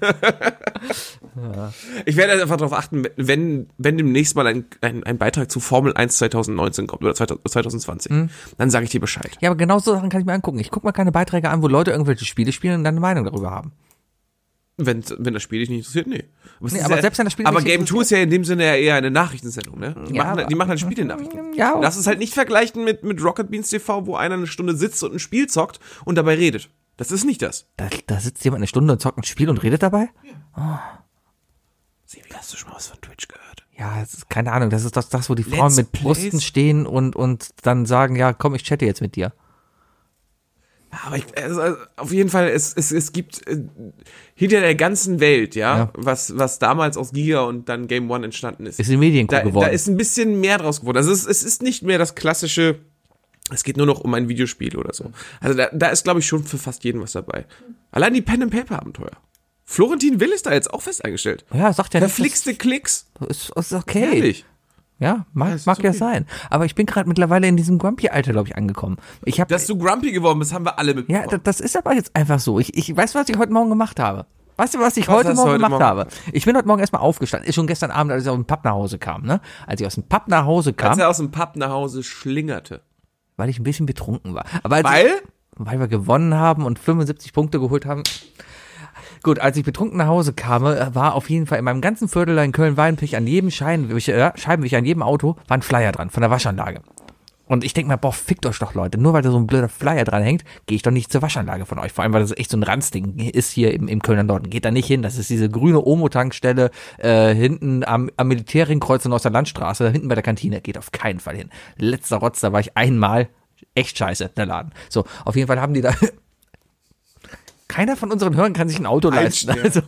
Speaker 2: Ich werde einfach darauf achten, wenn, wenn demnächst mal ein, ein, ein Beitrag zu Formel eins zwanzig neunzehn kommt oder zwanzig zwanzig, dann sage ich dir Bescheid.
Speaker 3: Ja, aber genau so Sachen kann ich mir angucken. Ich gucke mal keine Beiträge an, wo Leute irgendwelche Spiele spielen und dann eine Meinung darüber haben.
Speaker 2: Wenn, wenn das Spiel dich nicht interessiert, nee. Aber, es
Speaker 3: Nee,
Speaker 2: ist
Speaker 3: aber
Speaker 2: ja,
Speaker 3: selbst wenn das Spiel
Speaker 2: aber
Speaker 3: mich nicht
Speaker 2: Game two ist ja in dem Sinne ja eher eine Nachrichtensendung, ne? Die,
Speaker 3: Ja,
Speaker 2: machen,
Speaker 3: aber-
Speaker 2: die machen halt Spiele-Nachrichten.
Speaker 3: Ja,
Speaker 2: Das ist halt nicht vergleichen mit, mit Rocket Beans T V, wo einer eine Stunde sitzt und ein Spiel zockt und dabei redet. Das ist nicht das.
Speaker 3: da, da sitzt jemand eine Stunde und zockt ein Spiel und redet dabei?
Speaker 2: Sebi, hast du schon mal was von Twitch gehört?
Speaker 3: Ja, das ist keine Ahnung. Das ist das, das wo die Frauen
Speaker 2: Let's
Speaker 3: mit Brüsten
Speaker 2: Plays?
Speaker 3: stehen und, und dann sagen, ja, komm, ich chatte jetzt mit dir.
Speaker 2: Aber ich, also, also, auf jeden Fall, es, es, es gibt äh, hinter der ganzen Welt, ja,
Speaker 3: Ja.
Speaker 2: Was, was damals aus Giga und dann Game One entstanden ist.
Speaker 3: Ist in Medienkuh
Speaker 2: da,
Speaker 3: geworden.
Speaker 2: da ist ein bisschen mehr draus geworden. Also es, es ist nicht mehr das klassische, es geht nur noch um ein Videospiel oder so. Also da, da ist, glaube ich, schon für fast jeden was dabei. Allein die Pen-and-Paper-Abenteuer. Florentin Will ist da jetzt auch fest eingestellt.
Speaker 3: ja, sagt ja nicht,
Speaker 2: Verflixte Klicks.
Speaker 3: das ist, ist okay.
Speaker 2: Herrlich.
Speaker 3: Ja, mag, mag okay. ja sein. Aber ich bin gerade mittlerweile in diesem Grumpy-Alter, glaube ich, angekommen. Ich hab,
Speaker 2: Dass du grumpy geworden bist, haben wir alle mitbekommen.
Speaker 3: Ja, das, das ist aber jetzt einfach so. Ich, ich weiß, was ich heute Morgen gemacht habe. Weißt du, was ich was heute Morgen heute gemacht Morgen? habe? Ich bin heute Morgen erstmal aufgestanden. Ist schon gestern Abend, als ich aus dem Pub nach Hause kam, ne? Als ich aus dem Pub nach Hause kam.
Speaker 2: Als er aus dem Pub nach Hause schlingerte.
Speaker 3: Weil ich ein bisschen betrunken war. Aber als
Speaker 2: weil?
Speaker 3: Ich, weil wir gewonnen haben und fünfundsiebzig Punkte geholt haben. Gut, als ich betrunken nach Hause kam, war auf jeden Fall in meinem ganzen Viertel in Köln-Weihenpich an jedem Scheibenwischer, Scheibenwischer, an jedem Auto, war ein Flyer dran von der Waschanlage. Und ich denke mir, boah, fickt euch doch, Leute. Nur weil da so ein blöder Flyer dran hängt, gehe ich doch nicht zur Waschanlage von euch. Vor allem, weil das echt so ein Ranzding ist hier im, im Kölner Norden. Geht da nicht hin. Das ist diese grüne Omo-Tankstelle äh, hinten am, am Militärringkreuz in der Landstraße, da hinten bei der Kantine. Geht auf keinen Fall hin. Letzter Rotz, da war ich einmal echt scheiße, der Laden. So, auf jeden Fall haben die da... Keiner von unseren Hörern kann sich ein Auto leisten. Also,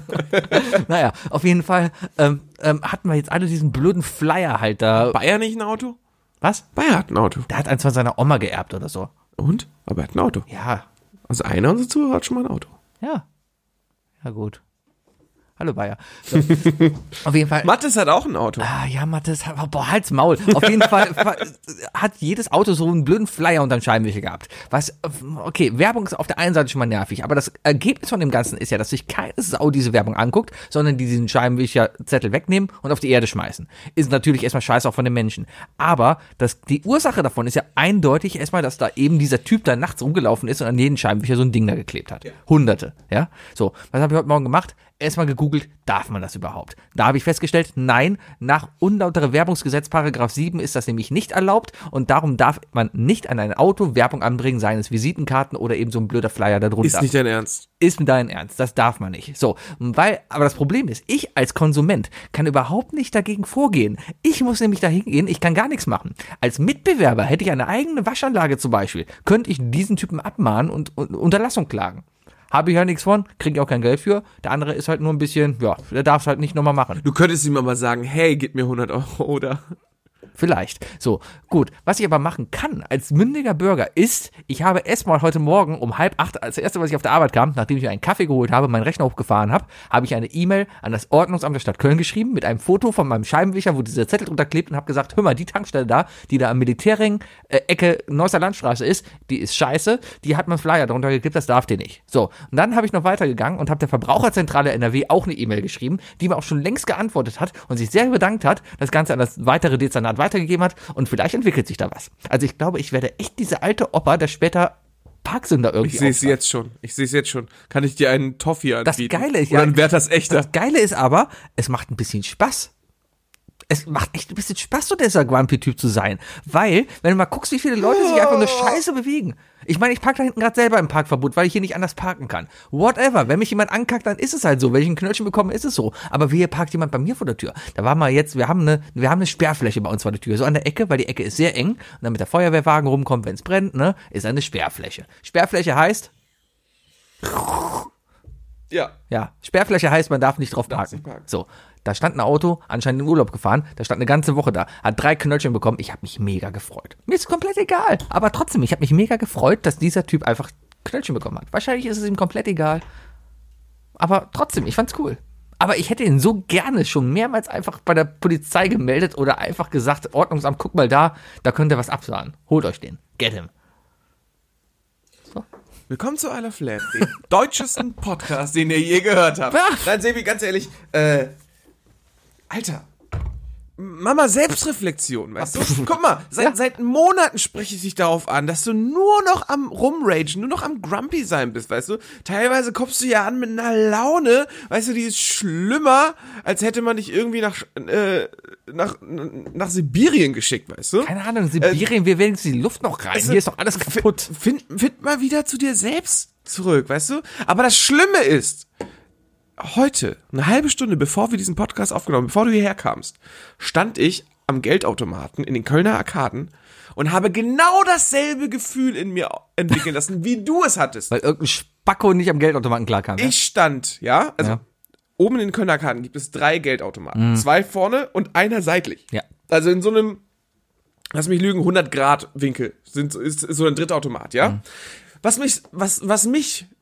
Speaker 3: naja, auf jeden Fall ähm, ähm, hatten wir jetzt alle diesen blöden Flyer halt da.
Speaker 2: Bayer nicht ein Auto?
Speaker 3: Was?
Speaker 2: Bayer hat ein Auto.
Speaker 3: Der hat eins von seiner Oma geerbt oder so.
Speaker 2: Und? Aber er hat ein Auto.
Speaker 3: Ja.
Speaker 2: Also einer unserer Zuhörer hat schon mal ein Auto.
Speaker 3: Ja. Ja, gut. Hallo Bayer. So. Auf jeden Fall.
Speaker 2: Mathis hat auch ein Auto.
Speaker 3: Ah, ja, Mathis hat, boah, halt's Maul. Auf jeden Fall hat jedes Auto so einen blöden Flyer unterm Scheibenwischer gehabt. Was, okay, Werbung ist auf der einen Seite schon mal nervig, aber das Ergebnis von dem Ganzen ist ja, dass sich keine Sau diese Werbung anguckt, sondern die diesen Scheibenwischerzettel wegnehmen und auf die Erde schmeißen. Ist natürlich erstmal scheiße auch von den Menschen. Aber das, die Ursache davon ist ja eindeutig erstmal, dass da eben dieser Typ da nachts rumgelaufen ist und an jeden Scheibenwischer so ein Ding da geklebt hat. Ja. Hunderte, ja. So, was habe ich heute Morgen gemacht? Erstmal gegoogelt, darf man das überhaupt? Da habe ich festgestellt, nein, nach unlautere Werbungsgesetz Paragraph sieben ist das nämlich nicht erlaubt und darum darf man nicht an ein Auto Werbung anbringen, seien es Visitenkarten oder eben so ein blöder Flyer da drunter.
Speaker 2: Ist nicht dein Ernst.
Speaker 3: Ist mit dein Ernst, das darf man nicht. So, weil, aber das Problem ist, ich als Konsument kann überhaupt nicht dagegen vorgehen. Ich muss nämlich da hingehen, ich kann gar nichts machen. Als Mitbewerber hätte ich eine eigene Waschanlage zum Beispiel, könnte ich diesen Typen abmahnen und, und Unterlassung klagen. Habe ich ja nichts von, kriege ich auch kein Geld für. Der andere ist halt nur ein bisschen, ja, der darf es halt nicht nochmal machen.
Speaker 2: Du könntest ihm aber sagen, hey, gib mir hundert Euro, oder?
Speaker 3: Vielleicht. So, gut. Was ich aber machen kann als mündiger Bürger ist, ich habe erstmal heute Morgen um halb acht, als erste, was ich auf der Arbeit kam, nachdem ich mir einen Kaffee geholt habe, meinen Rechner hochgefahren habe, habe ich eine E-Mail an das Ordnungsamt der Stadt Köln geschrieben mit einem Foto von meinem Scheibenwischer, wo dieser Zettel drunter klebt und habe gesagt, hör mal, die Tankstelle da, die da am Militärring, äh, Ecke Neusser Landstraße ist, die ist scheiße, die hat man Flyer drunter geklebt, das darf die nicht. So, und dann habe ich noch weitergegangen und habe der Verbraucherzentrale N R W auch eine E-Mail geschrieben, die mir auch schon längst geantwortet hat und sich sehr bedankt hat, das Ganze an das weitere Dezernat weitergegeben hat und vielleicht entwickelt sich da was. Also ich glaube, ich werde echt diese alte Opa, der später Parksünder irgendwie
Speaker 2: Ich sehe es jetzt schon. Ich sehe es jetzt schon. Kann ich dir einen Toffee anbieten?
Speaker 3: Das Geile ist
Speaker 2: ja. Oder
Speaker 3: ja,
Speaker 2: wäre das echter?
Speaker 3: Das Geile ist aber, es macht ein bisschen Spaß. Es macht echt ein bisschen Spaß, so dieser Grumpy-Typ zu sein. Weil, wenn du mal guckst, wie viele Leute sich einfach nur Scheiße bewegen. Ich meine, ich parke da hinten gerade selber im Parkverbot, weil ich hier nicht anders parken kann. Whatever. Wenn mich jemand ankackt, dann ist es halt so. Wenn ich ein Knöllchen bekomme, ist es so. Aber wie hier parkt jemand bei mir vor der Tür? Da war mal jetzt, wir haben eine, wir haben eine Sperrfläche bei uns vor der Tür. So an der Ecke, weil die Ecke ist sehr eng. Und damit der Feuerwehrwagen rumkommt, wenn es brennt, ne, ist eine Sperrfläche. Sperrfläche heißt...
Speaker 2: Ja.
Speaker 3: Ja, Sperrfläche heißt, man darf nicht drauf parken. Nicht parken. So, da stand ein Auto, anscheinend in Urlaub gefahren, da stand eine ganze Woche da, hat drei Knöllchen bekommen, ich habe mich mega gefreut. Mir ist komplett egal, aber trotzdem, ich habe mich mega gefreut, dass dieser Typ einfach Knöllchen bekommen hat. Wahrscheinlich ist es ihm komplett egal, aber trotzdem, ich fand's cool. Aber ich hätte ihn so gerne schon mehrmals einfach bei der Polizei gemeldet oder einfach gesagt, Ordnungsamt, guck mal da, da könnt ihr was absahen. Holt euch den, get him. So.
Speaker 2: Willkommen zu I Love Lamp, dem deutschesten Podcast, den ihr je gehört habt.
Speaker 3: Ja.
Speaker 2: Nein, Sebi, ganz ehrlich, äh, Alter, Mama, Selbstreflexion, weißt du? Guck mal, seit, ja. seit Monaten spreche ich dich darauf an, dass du nur noch am Rumragen, nur noch am Grumpy sein bist, weißt du? Teilweise kommst du ja an mit einer Laune, weißt du, die ist schlimmer, als hätte man dich irgendwie nach, äh, nach, nach Sibirien geschickt, weißt du?
Speaker 3: Keine Ahnung, Sibirien, äh, wir werden die Luft noch rein, also, hier ist doch alles kaputt.
Speaker 2: Find, find mal wieder zu dir selbst zurück, weißt du? Aber das Schlimme ist, heute, eine halbe Stunde bevor wir diesen Podcast aufgenommen, bevor du hierher kamst, stand ich am Geldautomaten in den Kölner Arkaden und habe genau dasselbe Gefühl in mir entwickeln lassen, wie du es hattest.
Speaker 3: Weil irgendein Spacko nicht am Geldautomaten klar kam.
Speaker 2: Ich ja? stand, ja, also ja. oben in den Kölner Arkaden gibt es drei Geldautomaten. Mhm. Zwei vorne und einer seitlich.
Speaker 3: Ja.
Speaker 2: Also in so einem, lass mich lügen, hundert Grad Winkel sind, ist, ist so ein dritter Automat, ja. Mhm. Was mich, was, was mich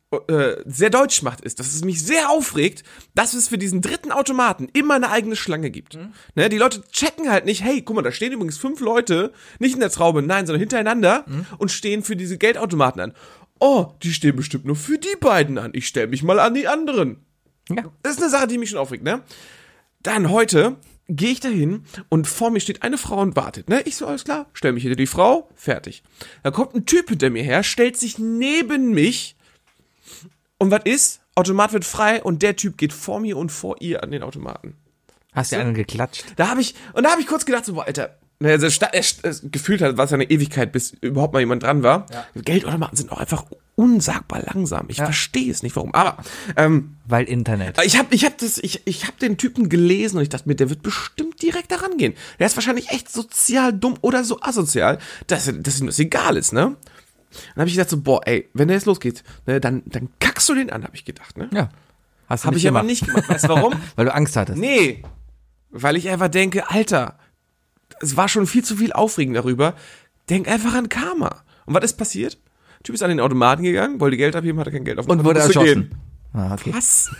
Speaker 2: äh, sehr deutsch macht, ist, dass es mich sehr aufregt, dass es für diesen dritten Automaten immer eine eigene Schlange gibt. Mhm. Ne, die Leute checken halt nicht, hey, guck mal, da stehen übrigens fünf Leute, nicht in der Traube, nein, sondern hintereinander mhm. und stehen für diese Geldautomaten an. Oh, die stehen bestimmt nur für die beiden an. Ich stelle mich mal an die anderen. Ja. Das ist eine Sache, die mich schon aufregt, ne? Dann heute gehe ich dahin und vor mir steht eine Frau und wartet, ne? Ich so, alles klar, stell mich hinter die Frau, fertig. Da kommt ein Typ hinter mir her, stellt sich neben mich und was ist? Automat wird frei und der Typ geht vor mir und vor ihr an den Automaten.
Speaker 3: Hast du so? Einen geklatscht?
Speaker 2: Da habe ich, und da habe ich kurz gedacht, so, boah, Alter, also er, er, er, gefühlt hat, war es ja eine Ewigkeit, bis überhaupt mal jemand dran war. Ja. Geldautomaten sind auch einfach unsagbar langsam. Ich ja. verstehe es nicht, warum. Aber ähm,
Speaker 3: weil Internet.
Speaker 2: Ich habe, ich habe das, ich, ich habe den Typen gelesen und ich dachte mir, der wird bestimmt direkt daran gehen. Der ist wahrscheinlich echt sozial dumm oder so asozial, dass, dass ihm das egal ist, ne? Dann habe ich gedacht so, boah, ey, wenn der jetzt losgeht, ne, dann, dann kackst du den an, habe ich gedacht, ne?
Speaker 3: Ja. Hast du
Speaker 2: Habe ich
Speaker 3: gemacht.
Speaker 2: aber nicht gemacht. Weißt du warum?
Speaker 3: Weil du Angst hattest.
Speaker 2: Nee, weil ich einfach denke, Alter, es war schon viel zu viel Aufregen darüber. Denk einfach an Karma. Und was ist passiert? Der Typ ist an den Automaten gegangen, wollte Geld abheben, hatte kein Geld auf dem
Speaker 3: Und wurde erschossen. Ah, okay.
Speaker 2: Was?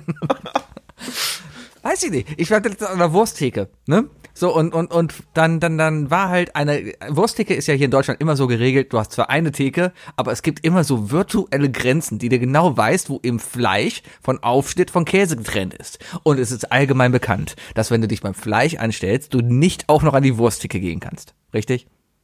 Speaker 3: Weiß ich nicht. Ich war letztens an der Wursttheke, ne? So, und, und, und dann, dann, dann war halt eine, Wursttheke ist ja hier in Deutschland immer so geregelt, du hast zwar eine Theke, aber es gibt immer so virtuelle Grenzen, die dir genau weißt, wo im Fleisch von Aufschnitt von Käse getrennt ist. Und es ist allgemein bekannt, dass wenn du dich beim Fleisch anstellst, du nicht auch noch an die Wursttheke gehen kannst. Richtig?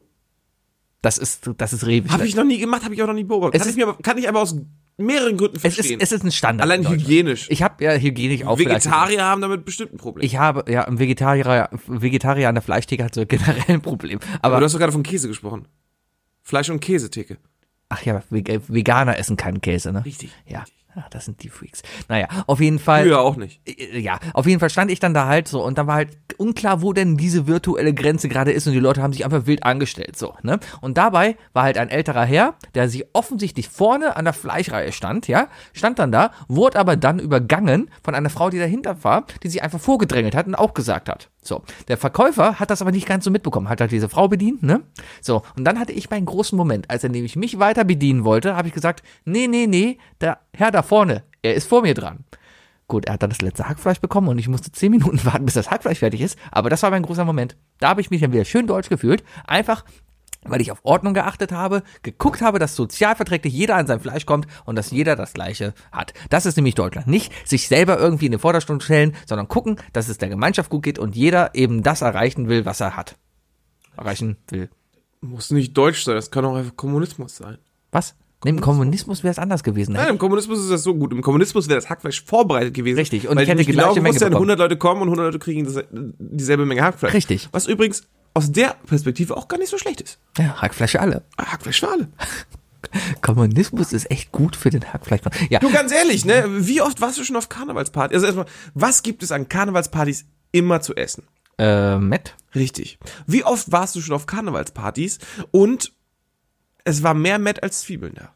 Speaker 3: Das ist, das ist Rewe.
Speaker 2: Habe ich noch nie gemacht, habe ich auch noch nie beobachtet. Kann ich, mir aber, kann ich aber aus mehreren Gründen verstehen.
Speaker 3: Es ist, es ist ein Standard.
Speaker 2: Allein hygienisch.
Speaker 3: Ich habe ja hygienisch auch
Speaker 2: Vegetarier haben damit bestimmt ein Problem.
Speaker 3: Ich habe, ja, ein Vegetarier, Vegetarier an der Fleischtheke hat so generell ein Problem. Aber,
Speaker 2: aber du hast doch gerade von Käse gesprochen. Fleisch- und Käsetheke.
Speaker 3: Ach ja, Veganer essen keinen Käse, ne?
Speaker 2: Richtig.
Speaker 3: Ja. Ach, das sind die Freaks. Naja, auf jeden Fall.
Speaker 2: Ja, auch nicht.
Speaker 3: Ja, auf jeden Fall stand ich dann da halt so und dann war halt unklar, wo denn diese virtuelle Grenze gerade ist und die Leute haben sich einfach wild angestellt, so, ne? Und dabei war halt ein älterer Herr, der sich offensichtlich vorne an der Fleischreihe stand, ja? Stand dann da, wurde aber dann übergangen von einer Frau, die dahinter war, die sich einfach vorgedrängelt hat und auch gesagt hat. So, der Verkäufer hat das aber nicht ganz so mitbekommen, hat halt diese Frau bedient, ne? So, und dann hatte ich meinen großen Moment, als er nämlich mich weiter bedienen wollte, habe ich gesagt, nee, nee, nee, der Herr da vorne, er ist vor mir dran. Gut, er hat dann das letzte Hackfleisch bekommen und ich musste zehn Minuten warten, bis das Hackfleisch fertig ist, aber das war mein großer Moment. Da habe ich mich dann wieder schön deutsch gefühlt, einfach weil ich auf Ordnung geachtet habe, geguckt habe, dass sozialverträglich jeder an sein Fleisch kommt und dass jeder das Gleiche hat. Das ist nämlich Deutschland. Nicht sich selber irgendwie in den Vordergrund stellen, sondern gucken, dass es der Gemeinschaft gut geht und jeder eben das erreichen will, was er hat. Erreichen will.
Speaker 2: Muss nicht deutsch sein, das kann auch einfach Kommunismus sein.
Speaker 3: Was? Im Kommunismus wäre es anders gewesen.
Speaker 2: Nein, im Kommunismus ist das so gut. Im Kommunismus wäre das Hackfleisch vorbereitet gewesen.
Speaker 3: Richtig. Und
Speaker 2: weil
Speaker 3: ich hätte die
Speaker 2: genau
Speaker 3: gleiche Menge
Speaker 2: gewusst,
Speaker 3: bekommen.
Speaker 2: hundert Leute kommen und hundert Leute kriegen das, dieselbe Menge Hackfleisch.
Speaker 3: Richtig.
Speaker 2: Was übrigens aus der Perspektive auch gar nicht so schlecht ist.
Speaker 3: Ja, Hackfleisch für alle.
Speaker 2: Hackfleisch für alle.
Speaker 3: Kommunismus ist echt gut für den Hackfleisch. Ja.
Speaker 2: Du, ganz ehrlich, ne? Wie oft warst du schon auf Karnevalspartys? Also erstmal, was gibt es an Karnevalspartys immer zu essen?
Speaker 3: Äh, Met.
Speaker 2: Richtig. Wie oft warst du schon auf Karnevalspartys und es war mehr Met als Zwiebeln da?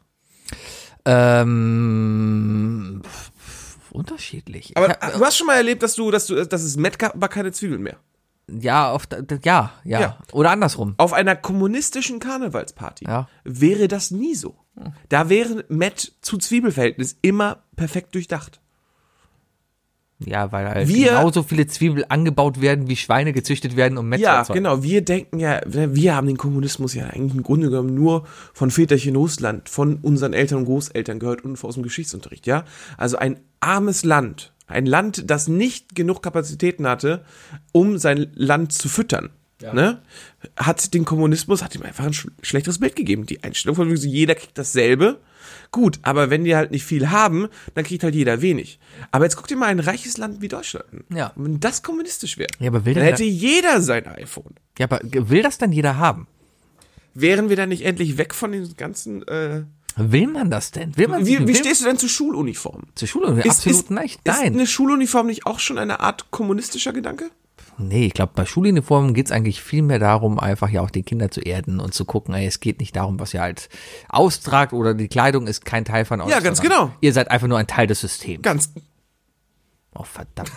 Speaker 3: Ähm, unterschiedlich.
Speaker 2: Aber
Speaker 3: hab,
Speaker 2: du hast schon mal erlebt, dass du, dass du, dass es Met gab, aber keine Zwiebeln mehr.
Speaker 3: Ja, auf, ja, ja, ja. Oder andersrum.
Speaker 2: Auf einer kommunistischen Karnevalsparty
Speaker 3: ja.
Speaker 2: wäre das nie so. Da wäre Met zu Zwiebelverhältnis immer perfekt durchdacht.
Speaker 3: Ja, weil halt
Speaker 2: wir,
Speaker 3: genauso viele Zwiebeln angebaut werden, wie Schweine gezüchtet werden, um Met zu erzeugen.
Speaker 2: Ja, genau. Wir denken ja, wir haben den Kommunismus ja eigentlich im Grunde genommen nur von Väterchen Russland, von unseren Eltern und Großeltern gehört und aus dem Geschichtsunterricht, ja. Also ein armes Land, ein Land, das nicht genug Kapazitäten hatte, um sein Land zu füttern, ja. ne, hat den Kommunismus, hat ihm einfach ein sch- schlechteres Bild gegeben. Die Einstellung von jeder kriegt dasselbe. Gut, aber wenn die halt nicht viel haben, dann kriegt halt jeder wenig. Aber jetzt guck dir mal ein reiches Land wie Deutschland an.
Speaker 3: Ja.
Speaker 2: Wenn das kommunistisch wäre,
Speaker 3: ja, aber will
Speaker 2: dann hätte jeder sein iPhone.
Speaker 3: Ja, aber will das dann jeder haben?
Speaker 2: Wären wir dann nicht endlich weg von den ganzen... Äh
Speaker 3: Will man das denn? Will man
Speaker 2: wie
Speaker 3: wie
Speaker 2: wie stehst du denn zu Schuluniformen?
Speaker 3: Zur Schuluniform? Absolut nicht. Nein.
Speaker 2: Ist eine Schuluniform nicht auch schon eine Art kommunistischer Gedanke?
Speaker 3: Nee, ich glaube, bei Schuluniformen geht's eigentlich viel mehr darum, einfach ja auch die Kinder zu erden und zu gucken, ey, es geht nicht darum, was ihr halt austragt oder die Kleidung ist kein Teil von euch.
Speaker 2: Ja, ganz genau.
Speaker 3: Ihr seid einfach nur ein Teil des Systems.
Speaker 2: Ganz.
Speaker 3: Oh, verdammt.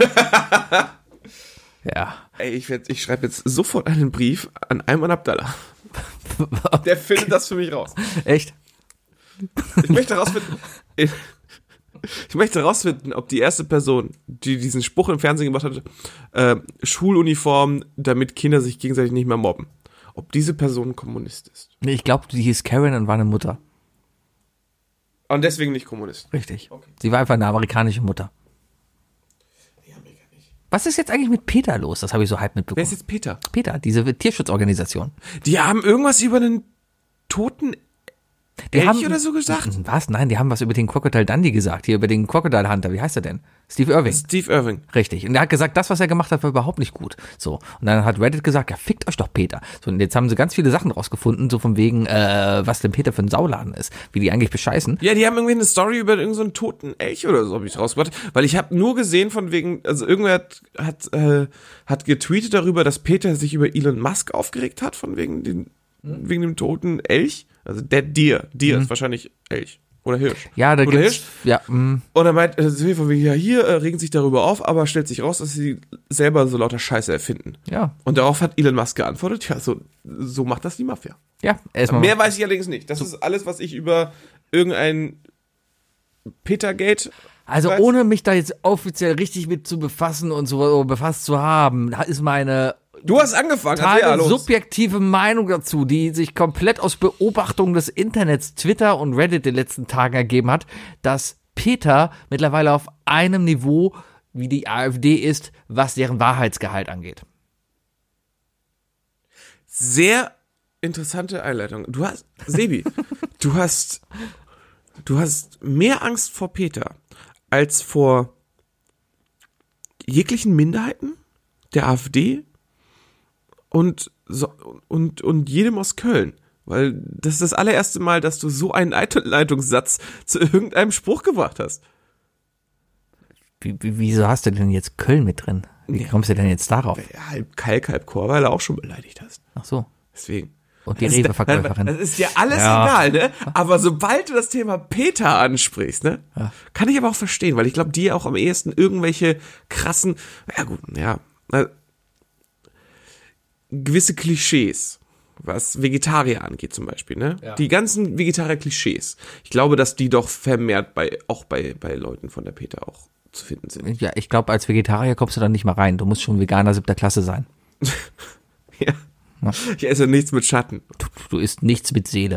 Speaker 3: Ja.
Speaker 2: Ey, ich, werd- ich schreibe jetzt sofort einen Brief an Ayman Abdallah. Der findet das für mich raus.
Speaker 3: Echt?
Speaker 2: Ich möchte herausfinden, Ich möchte herausfinden, ob die erste Person, die diesen Spruch im Fernsehen gemacht hat, äh, Schuluniform, damit Kinder sich gegenseitig nicht mehr mobben, ob diese Person ein Kommunist ist.
Speaker 3: Nee, ich glaube, die hieß Karen und war eine Mutter.
Speaker 2: Und deswegen nicht Kommunist.
Speaker 3: Richtig. Okay. Sie war einfach eine amerikanische Mutter. Ja, mega nicht. Was ist jetzt eigentlich mit Peter los? Das habe ich so halb mitbekommen.
Speaker 2: Wer ist jetzt Peter?
Speaker 3: Peter, diese Tierschutzorganisation.
Speaker 2: Die haben irgendwas über einen toten
Speaker 3: Die
Speaker 2: Elch
Speaker 3: haben,
Speaker 2: oder so gesagt?
Speaker 3: Was? Nein, die haben was über den Crocodile Dundee gesagt. Hier über den Crocodile Hunter. Wie heißt er denn? Steve Irwin.
Speaker 2: Steve Irwin.
Speaker 3: Richtig. Und er hat gesagt, das, was er gemacht hat, war überhaupt nicht gut. So. Und dann hat Reddit gesagt, ja, fickt euch doch Peter. So, und jetzt haben sie ganz viele Sachen rausgefunden, so von wegen, äh, was denn Peter für ein Sauladen ist. Wie die eigentlich bescheißen.
Speaker 2: Ja, die haben irgendwie eine Story über irgendeinen so einen toten Elch oder so, habe ich rausgebracht. Weil ich habe nur gesehen von wegen, also irgendwer hat, hat, äh, hat getweetet darüber, dass Peter sich über Elon Musk aufgeregt hat, von wegen, den, hm? wegen dem toten Elch. Also Dead Deer. Deer mhm. ist wahrscheinlich Elch. Oder Hirsch.
Speaker 3: Ja, da
Speaker 2: Oder
Speaker 3: gibt's,
Speaker 2: Hirsch.
Speaker 3: ja, mh.
Speaker 2: Und er meint, äh, von wegen, ja, hier äh, regen sich darüber auf, aber stellt sich raus, dass sie selber so lauter Scheiße erfinden.
Speaker 3: Ja.
Speaker 2: Und darauf hat Elon Musk geantwortet, ja, so, so macht das die Mafia.
Speaker 3: Ja, erstmal.
Speaker 2: Mehr weiß ich allerdings nicht. Das so. ist alles, was ich über irgendein Petergate
Speaker 3: Also weiß. Ohne mich da jetzt offiziell richtig mit zu befassen und so befasst zu haben, ist meine
Speaker 2: Du hast angefangen,
Speaker 3: total subjektive Meinung dazu, die sich komplett aus Beobachtung des Internets, Twitter und Reddit den letzten Tagen ergeben hat, dass Peter mittlerweile auf einem Niveau wie die AfD ist, was deren Wahrheitsgehalt angeht.
Speaker 2: Sehr interessante Einleitung. Du hast, Sebi, du hast, du hast mehr Angst vor Peter als vor jeglichen Minderheiten der AfD und, so, und, und jedem aus Köln. Weil das ist das allererste Mal, dass du so einen Einleitungssatz zu irgendeinem Spruch gebracht hast.
Speaker 3: Wie, wie, wieso hast du denn jetzt Köln mit drin? Wie kommst du denn jetzt darauf?
Speaker 2: Ja, halb Kalk, halb Chor, weil du auch schon beleidigt hast.
Speaker 3: Ach so.
Speaker 2: Deswegen.
Speaker 3: Und die Rewe-Verkäuferin.
Speaker 2: Das ist dir alles ja. egal, ne? Aber sobald du das Thema Peter ansprichst, ne? Ja. Kann ich aber auch verstehen, weil ich glaube, die auch am ehesten irgendwelche krassen, ja gut, ja, gewisse Klischees, was Vegetarier angeht zum Beispiel, ne? Ja. Die ganzen Vegetarier-Klischees. Ich glaube, dass die doch vermehrt bei, auch bei, bei Leuten von der Peter auch zu finden sind.
Speaker 3: Ja, ich glaube, als Vegetarier kommst du dann nicht mal rein. Du musst schon Veganer siebter Klasse sein.
Speaker 2: ja. ja. Ich esse nichts mit Schatten.
Speaker 3: Du, du isst nichts mit Seele.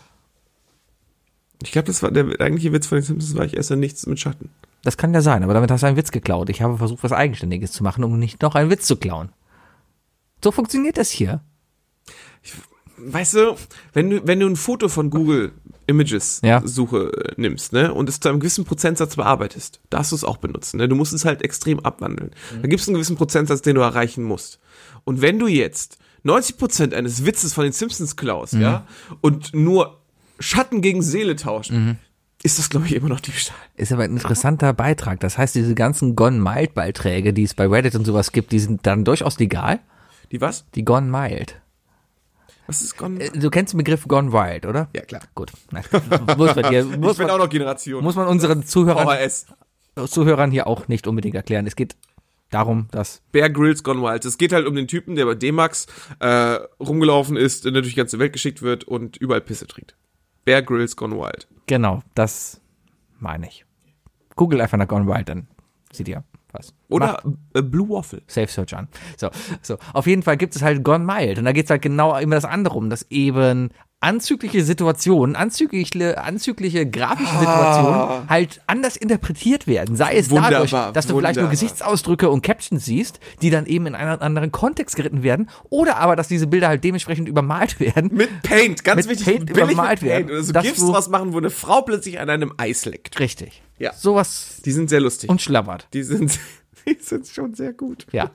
Speaker 2: Ich glaube, das war der eigentliche Witz von den Simpsons, war, ich esse nichts mit Schatten.
Speaker 3: Das kann ja sein, aber damit hast du einen Witz geklaut. Ich habe versucht, was Eigenständiges zu machen, um nicht noch einen Witz zu klauen. So funktioniert das hier.
Speaker 2: Ich, weißt du, wenn du, wenn du ein Foto von Google Images ja. Suche äh, nimmst, ne, und es zu einem gewissen Prozentsatz bearbeitest, darfst du es auch benutzen, ne? Du musst es halt extrem abwandeln. Mhm. Da gibt es einen gewissen Prozentsatz, den du erreichen musst. Und wenn du jetzt neunzig Prozent eines Witzes von den Simpsons klaust, mhm. ja, und nur Schatten gegen Seele tauscht, mhm. ist das, glaube ich, immer noch Diebstahl.
Speaker 3: Ist aber ein interessanter Beitrag. Das heißt, diese ganzen Gone Mild Beiträge, die es bei Reddit und sowas gibt, die sind dann durchaus legal.
Speaker 2: Die was?
Speaker 3: Die Gone Mild.
Speaker 2: Was ist Gone Wild?
Speaker 3: Du kennst den Begriff Gone Wild, oder?
Speaker 2: Ja, klar.
Speaker 3: Gut. muss man hier, muss
Speaker 2: ich bin
Speaker 3: man,
Speaker 2: auch noch Generation.
Speaker 3: Muss man unseren Zuhörern,
Speaker 2: V H S.
Speaker 3: Zuhörern hier auch nicht unbedingt erklären. Es geht darum, dass
Speaker 2: Bear Grylls Gone Wild. Es geht halt um den Typen, der bei D-Max äh, rumgelaufen ist, der durch die ganze Welt geschickt wird und überall Pisse trinkt. Bear Grylls Gone Wild.
Speaker 3: Genau, das meine ich. Google einfach nach Gone Wild, dann seht ihr was.
Speaker 2: Oder äh, Blue Waffle.
Speaker 3: Safe Search an. So, so. Auf jeden Fall gibt es halt Gone Mild. Und da geht es halt genau immer das andere um, dass eben anzügliche Situationen, anzügliche, anzügliche grafische ah. Situationen halt anders interpretiert werden. Sei es wunderbar, dadurch, dass du wunderbar. vielleicht nur Gesichtsausdrücke und Captions siehst, die dann eben in einen anderen Kontext geritten werden. Oder aber, dass diese Bilder halt dementsprechend übermalt werden.
Speaker 2: Mit Paint, ganz
Speaker 3: mit
Speaker 2: wichtig.
Speaker 3: Paint
Speaker 2: billig
Speaker 3: übermalt
Speaker 2: mit Paint.
Speaker 3: werden.
Speaker 2: Oder so GIFs draus machen, wo eine Frau plötzlich an einem Eis leckt.
Speaker 3: Richtig.
Speaker 2: Ja.
Speaker 3: Sowas.
Speaker 2: Die sind sehr lustig.
Speaker 3: Und schlabbert.
Speaker 2: Die sind, die sind schon sehr gut.
Speaker 3: Ja.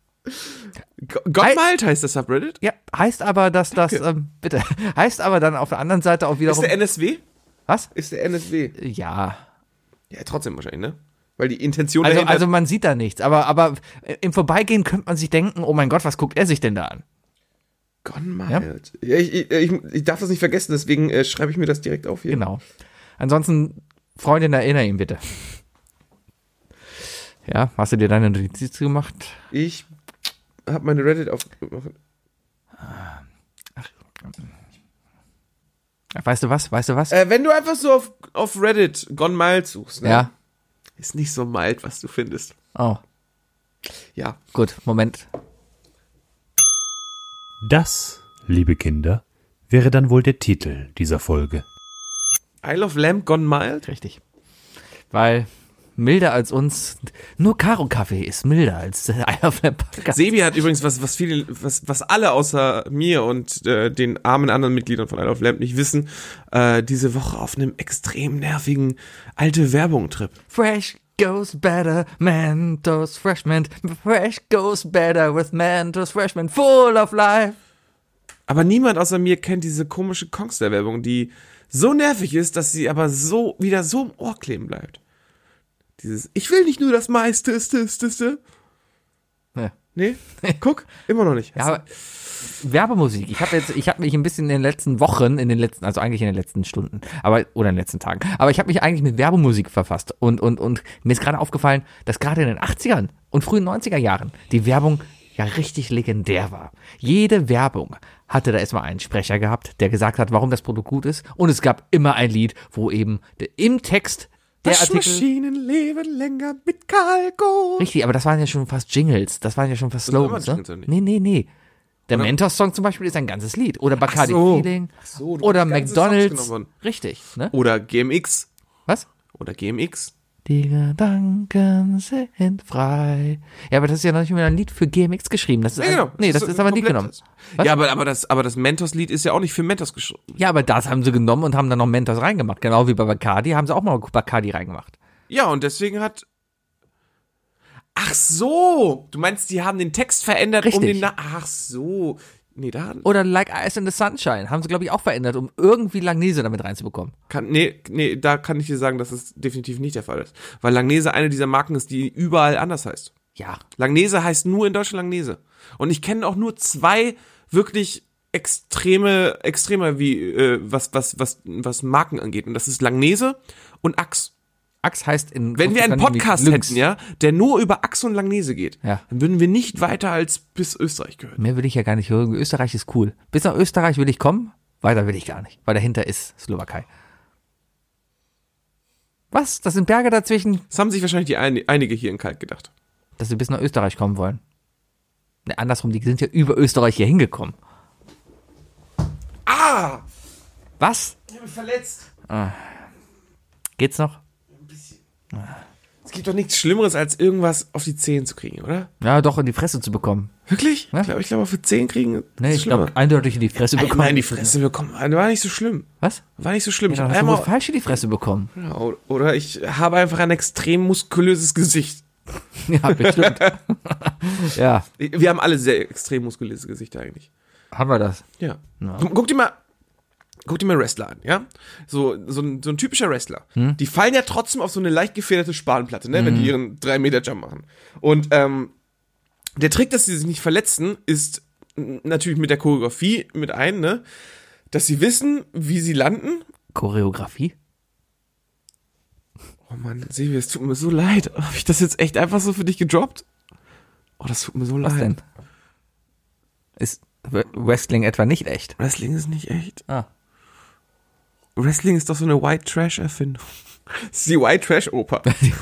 Speaker 2: Gone Mild heißt das Subreddit?
Speaker 3: Ja, heißt aber, dass das, ähm, bitte, heißt aber dann auf der anderen Seite auch wiederum.
Speaker 2: Ist der N S W?
Speaker 3: Was?
Speaker 2: Ist der N S W?
Speaker 3: Ja.
Speaker 2: Ja, trotzdem wahrscheinlich, ne? Weil die Intention
Speaker 3: also,
Speaker 2: dahinter...
Speaker 3: Also man sieht da nichts, aber, aber im Vorbeigehen könnte man sich denken, oh mein Gott, was guckt er sich denn da an?
Speaker 2: Gone Mild. Ja? Ja, ich, ich, ich darf das nicht vergessen, deswegen äh, schreibe ich mir das direkt auf hier.
Speaker 3: Genau. Ansonsten, Freundin, erinnere ihn bitte. Ja, hast du dir deine Notiz gemacht?
Speaker 2: Ich habe meine Reddit auf...
Speaker 3: Weißt du was? Weißt du was?
Speaker 2: Äh, wenn du einfach so auf, auf Reddit Gone Mild suchst, ne?
Speaker 3: Ja.
Speaker 2: Ist nicht so mild, was du findest.
Speaker 3: Oh.
Speaker 2: Ja.
Speaker 3: Gut, Moment.
Speaker 4: Das, liebe Kinder, wäre dann wohl der Titel dieser Folge.
Speaker 2: Isle of Lamp Gone Mild?
Speaker 3: Richtig. Weil milder als uns, nur Karo Kaffee ist milder als der Isle of Lamp Podcast.
Speaker 2: Sebi hat übrigens was, was viele, was, was alle außer mir und äh, den armen anderen Mitgliedern von Isle of Lamp nicht wissen, äh, diese Woche auf einem extrem nervigen alte Werbung-Trip.
Speaker 3: Fresh goes better, Mentos Freshman. Fresh goes better with Mentos Freshman, full of life.
Speaker 2: Aber niemand außer mir kennt diese komische Kongster-Werbung, die so nervig ist, dass sie aber so wieder so im Ohr kleben bleibt. Dieses, ich will nicht nur das meiste, ist, ist, ist, ist.
Speaker 3: Ja.
Speaker 2: Nee, guck, immer noch nicht.
Speaker 3: Ja, aber Werbemusik. Ich habe jetzt, ich habe mich ein bisschen in den letzten Wochen, in den letzten, also eigentlich in den letzten Stunden, aber oder in den letzten Tagen, aber ich habe mich eigentlich mit Werbemusik verfasst und und und mir ist gerade aufgefallen, dass gerade in den achtzigern und frühen neunziger Jahren die Werbung ja richtig legendär war. Jede Werbung hatte da erstmal einen Sprecher gehabt, der gesagt hat, warum das Produkt gut ist, und es gab immer ein Lied, wo eben im Text der Artikel.
Speaker 2: Waschmaschinen leben länger mit Kalko.
Speaker 3: Richtig, aber das waren ja schon fast Jingles, das waren ja schon fast
Speaker 2: Das waren
Speaker 3: Slogans,
Speaker 2: immer
Speaker 3: ne?
Speaker 2: Jingles, oder nicht?
Speaker 3: Nee, nee, nee. Der
Speaker 2: Oder-
Speaker 3: Mentos-Song zum Beispiel ist ein ganzes Lied. Oder Bacardi
Speaker 2: Ach so.
Speaker 3: Feeling.
Speaker 2: Ach so, du
Speaker 3: oder
Speaker 2: hast ganze Songs
Speaker 3: McDonalds.
Speaker 2: genommen worden.
Speaker 3: Richtig, ne?
Speaker 2: Oder G M X.
Speaker 3: Was?
Speaker 2: Oder G M X.
Speaker 3: Die Gedanken sind frei. Ja, aber das ist ja noch nicht mehr ein Lied für G M X geschrieben. Das ist
Speaker 2: Ja,
Speaker 3: ein,
Speaker 2: genau.
Speaker 3: Nee, das ist aber ein Lied
Speaker 2: komplett-
Speaker 3: genommen. Was?
Speaker 2: Ja, aber, aber das, aber das Mentos-Lied ist ja auch nicht für Mentos geschrieben.
Speaker 3: Ja, aber das haben sie genommen und haben dann noch Mentos reingemacht. Genau wie bei Bacardi haben sie auch mal Bacardi reingemacht.
Speaker 2: Ja, und deswegen hat. Ach so! Du meinst, die haben den Text verändert, um
Speaker 3: Richtig.
Speaker 2: den. Na Ach so. Nee, da
Speaker 3: Oder Like Ice in the Sunshine haben sie, glaube ich, auch verändert, um irgendwie Langnese damit reinzubekommen.
Speaker 2: kann. Nee, nee, da kann ich dir sagen, dass es definitiv nicht der Fall ist. Weil Langnese eine dieser Marken ist, die überall anders heißt.
Speaker 3: Ja.
Speaker 2: Langnese heißt nur in Deutschland Langnese. Und ich kenne auch nur zwei wirklich extreme, extremer wie, äh, was, was, was, was Marken angeht. Und das ist Langnese und Axe.
Speaker 3: Axe heißt in
Speaker 2: Wenn wir einen
Speaker 3: Großbritannien
Speaker 2: Podcast
Speaker 3: Lynx.
Speaker 2: hätten, ja, der nur über Axe und Langnese geht,
Speaker 3: Ja.
Speaker 2: dann würden wir nicht weiter als bis Österreich gehören.
Speaker 3: Mehr will ich ja gar nicht hören. Österreich ist cool. Bis nach Österreich will ich kommen, weiter will ich gar nicht, weil dahinter ist Slowakei. Was? Das sind Berge dazwischen,
Speaker 2: Das haben sich wahrscheinlich die ein, einige hier in Kalk gedacht.
Speaker 3: dass sie bis nach Österreich kommen wollen. Ne, andersrum, die sind ja über Österreich hier hingekommen.
Speaker 2: Ah!
Speaker 3: Was?
Speaker 2: Ich habe mich verletzt.
Speaker 3: Geht's noch?
Speaker 2: Es gibt doch nichts Schlimmeres, als irgendwas auf die Zehen zu kriegen, oder?
Speaker 3: Ja, doch in die Fresse zu bekommen.
Speaker 2: Wirklich?
Speaker 3: Ja.
Speaker 2: Ich glaube, ich glaube, für Zehen kriegen
Speaker 3: Nee,
Speaker 2: ist
Speaker 3: ich
Speaker 2: schlimmer.
Speaker 3: glaube, eindeutig in die Fresse bekommen.
Speaker 2: Einmal in die Fresse bekommen. War nicht so schlimm.
Speaker 3: Was?
Speaker 2: War nicht so schlimm. Ich
Speaker 3: Ja,
Speaker 2: hab
Speaker 3: hast du wohl
Speaker 2: einmal,
Speaker 3: falsch in die Fresse bekommen.
Speaker 2: ja, oder ich habe einfach ein extrem muskulöses Gesicht.
Speaker 3: Ja, bestimmt. Ja,
Speaker 2: Wir haben alle sehr extrem muskulöse Gesichter eigentlich.
Speaker 3: haben wir das.
Speaker 2: Ja.
Speaker 3: Ja.
Speaker 2: Guck, guck dir mal, guck dir mal Wrestler an, ja? So, so, ein, so ein typischer Wrestler. Die fallen ja trotzdem auf so eine leicht gefederte Spanplatte, ne, wenn die ihren drei Meter Jump machen. Und ähm, der Trick, dass sie sich nicht verletzen, ist n- natürlich mit der Choreografie mit ein, ne? Dass sie wissen, wie sie landen.
Speaker 3: Choreografie?
Speaker 2: Oh Mann, Silvia, es tut mir so leid. Habe ich das jetzt echt einfach so für dich gedroppt? Oh, das tut mir so
Speaker 3: Was
Speaker 2: leid.
Speaker 3: denn? Ist Wrestling etwa nicht echt?
Speaker 2: Wrestling ist nicht echt.
Speaker 3: Ah.
Speaker 2: Wrestling ist doch so eine White Trash Erfindung. Das ist die White Trash Oper.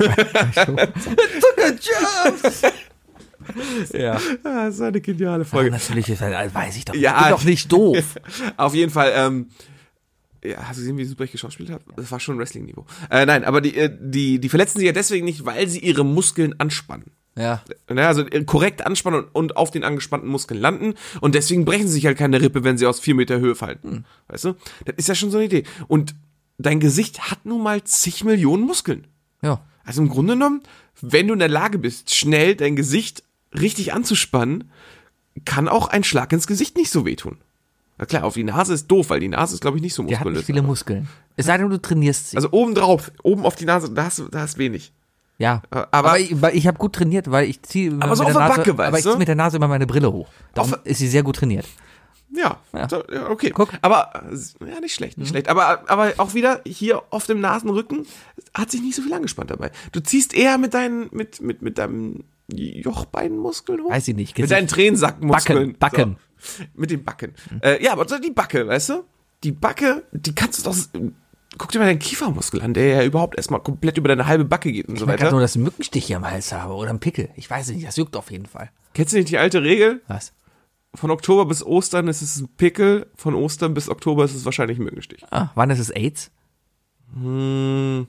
Speaker 3: Ja.
Speaker 2: Ah, das ist eine geniale
Speaker 3: Ah,
Speaker 2: Folge.
Speaker 3: natürlich, ist- weiß ich doch.
Speaker 2: Ja.
Speaker 3: Ich bin doch nicht doof.
Speaker 2: Auf jeden Fall, ähm, ja, hast du gesehen, wie super ich geschauspielt habe? Das war schon Wrestling-Niveau. Äh, nein, aber die, äh, die, die verletzen sich ja deswegen nicht, weil sie ihre Muskeln anspannen.
Speaker 3: Ja.
Speaker 2: Ne, also äh, korrekt anspannen und, und auf den angespannten Muskeln landen. Und deswegen brechen sie sich halt keine Rippe, wenn sie aus vier Meter Höhe fallen.
Speaker 3: Hm.
Speaker 2: Weißt du? Das ist ja schon so eine Idee. Und dein Gesicht hat nun mal zig Millionen Muskeln.
Speaker 3: Ja.
Speaker 2: Also im Grunde genommen, wenn du in der Lage bist, schnell dein Gesicht richtig anzuspannen, kann auch ein Schlag ins Gesicht nicht so wehtun. Na klar, auf die Nase ist doof, weil die Nase ist, glaube ich, nicht so
Speaker 3: Der hat
Speaker 2: muskulös.
Speaker 3: nicht viele Muskeln. Es sei denn, du trainierst sie.
Speaker 2: Also oben drauf, oben auf die Nase, da hast du, da hast wenig.
Speaker 3: ja.
Speaker 2: aber-
Speaker 3: aber ich, weil ich habe gut trainiert, weil ich ziehe
Speaker 2: Aber so auf der
Speaker 3: Nase,
Speaker 2: Backe, weißt
Speaker 3: aber ich
Speaker 2: du?
Speaker 3: ziehe mit der Nase immer meine Brille hoch. Darum
Speaker 2: Auf-
Speaker 3: ist sie sehr gut trainiert.
Speaker 2: Ja,
Speaker 3: Ja.
Speaker 2: So, ja okay.
Speaker 3: Guck. Mhm.
Speaker 2: Aber, äh, ja, nicht schlecht, nicht schlecht. Aber, aber auch wieder hier auf dem Nasenrücken hat sich nicht so viel angespannt dabei. Du ziehst eher mit deinen, mit, mit, mit deinem Jochbeinmuskeln hoch.
Speaker 3: Weiß ich nicht.
Speaker 2: Mit deinen Tränensackmuskeln.
Speaker 3: Backen, Backen.
Speaker 2: So. Mit den Backen. Äh, ja, aber so die Backe, weißt du? die Backe, die kannst du doch, guck dir mal deinen Kiefermuskel an, der ja überhaupt erstmal komplett über deine halbe Backe geht und
Speaker 3: Ich
Speaker 2: so
Speaker 3: merke gerade
Speaker 2: weiter.
Speaker 3: nur, dass ich einen Mückenstich hier am Hals habe oder einen Pickel. Ich weiß nicht, das juckt auf jeden Fall.
Speaker 2: Kennst du nicht die alte Regel?
Speaker 3: Was?
Speaker 2: Von Oktober bis Ostern ist es ein Pickel, von Ostern bis Oktober ist es wahrscheinlich ein Mückenstich.
Speaker 3: Ah, wann ist es AIDS?
Speaker 2: Hm.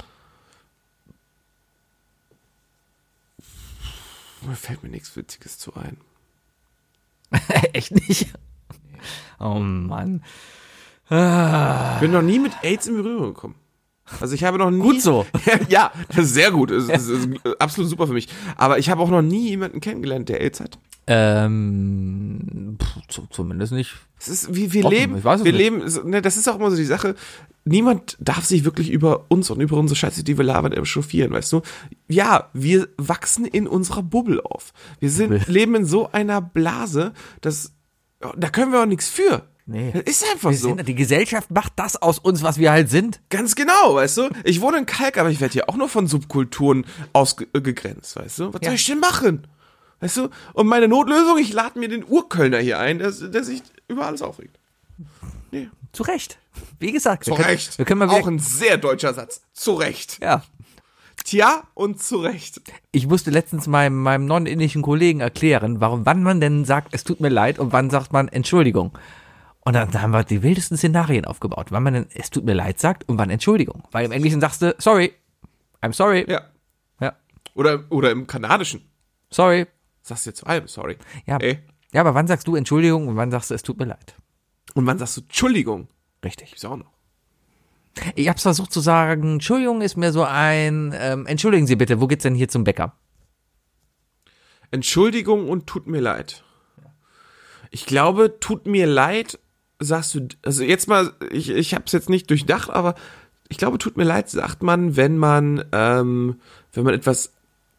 Speaker 2: Da fällt mir nichts Witziges zu ein.
Speaker 3: Echt nicht? Oh Mann.
Speaker 2: Ich bin noch nie mit AIDS in Berührung gekommen. Also ich habe noch nie...
Speaker 3: Gut so.
Speaker 2: Ja, das ist sehr gut. Das ist, das ist absolut super für mich. Aber ich habe auch noch nie jemanden kennengelernt, der AIDS hat.
Speaker 3: Ähm, pff, zumindest nicht.
Speaker 2: Es ist, wie wir
Speaker 3: Offen,
Speaker 2: leben,
Speaker 3: ich weiß es
Speaker 2: wir
Speaker 3: nicht.
Speaker 2: leben, ne, das ist auch immer so die Sache, niemand darf sich wirklich über uns und über unsere Scheiße, die wir labern, echauffieren, weißt du? Ja, wir wachsen in unserer Bubble auf. Wir sind,
Speaker 3: Bubble.
Speaker 2: leben in so einer Blase, dass, da können wir auch nichts für.
Speaker 3: Nee.
Speaker 2: Das ist einfach
Speaker 3: Wir
Speaker 2: so.
Speaker 3: sind, die Gesellschaft macht das aus uns, was wir halt sind.
Speaker 2: Ganz genau, weißt du? Ich wohne in Kalk, aber ich werde hier auch nur von Subkulturen ausgegrenzt, weißt du? Was
Speaker 3: Ja.
Speaker 2: soll ich denn machen? Weißt du? Und meine Notlösung, ich lade mir den Urkölner hier ein, der, der sich über alles aufregt. Nee.
Speaker 3: Zu Recht. Wie gesagt.
Speaker 2: Zu
Speaker 3: wir können,
Speaker 2: Recht.
Speaker 3: Wir können mal wieder,
Speaker 2: auch ein sehr deutscher Satz. Zu Recht.
Speaker 3: ja.
Speaker 2: Tja und zu Recht.
Speaker 3: Ich musste letztens meinem, meinem non-indischen Kollegen erklären, warum, wann man denn sagt, es tut mir leid und wann sagt man Entschuldigung. Und dann haben wir die wildesten Szenarien aufgebaut, wann man denn es tut mir leid sagt und wann Entschuldigung. Weil im Englischen sagst du, sorry, I'm sorry.
Speaker 2: Ja.
Speaker 3: Ja.
Speaker 2: Oder, oder im Kanadischen.
Speaker 3: Sorry.
Speaker 2: Sagst du zu allem, sorry.
Speaker 3: Ja.
Speaker 2: Ey.
Speaker 3: Ja, aber wann sagst du Entschuldigung und wann sagst du, es tut mir leid?
Speaker 2: Und wann sagst du Entschuldigung?
Speaker 3: Richtig.
Speaker 2: Ist auch noch.
Speaker 3: Ich hab's versucht zu sagen, Entschuldigung ist mir so ein, ähm, entschuldigen Sie bitte, wo geht's denn hier zum Bäcker?
Speaker 2: Entschuldigung und tut mir leid. Ich glaube, tut mir leid, sagst du, also jetzt mal, ich, ich habe es jetzt nicht durchdacht, aber ich glaube, tut mir leid, sagt man, wenn man, ähm, wenn man etwas,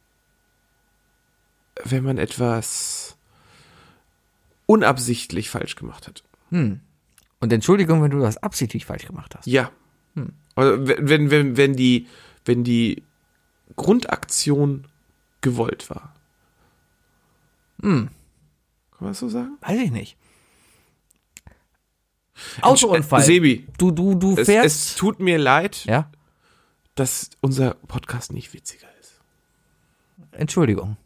Speaker 2: wenn man etwas unabsichtlich falsch gemacht hat.
Speaker 3: Und Entschuldigung, wenn du das absichtlich falsch gemacht hast.
Speaker 2: Ja. Also wenn, wenn, wenn, wenn die, wenn die Grundaktion gewollt war. Hm. Kann man das so sagen?
Speaker 3: Weiß ich nicht. Autounfall.
Speaker 2: Äh, Sebi,
Speaker 3: Du, du, du
Speaker 2: es,
Speaker 3: fährst.
Speaker 2: es tut mir leid,
Speaker 3: ja,
Speaker 2: dass unser Podcast nicht witziger ist.
Speaker 3: Entschuldigung.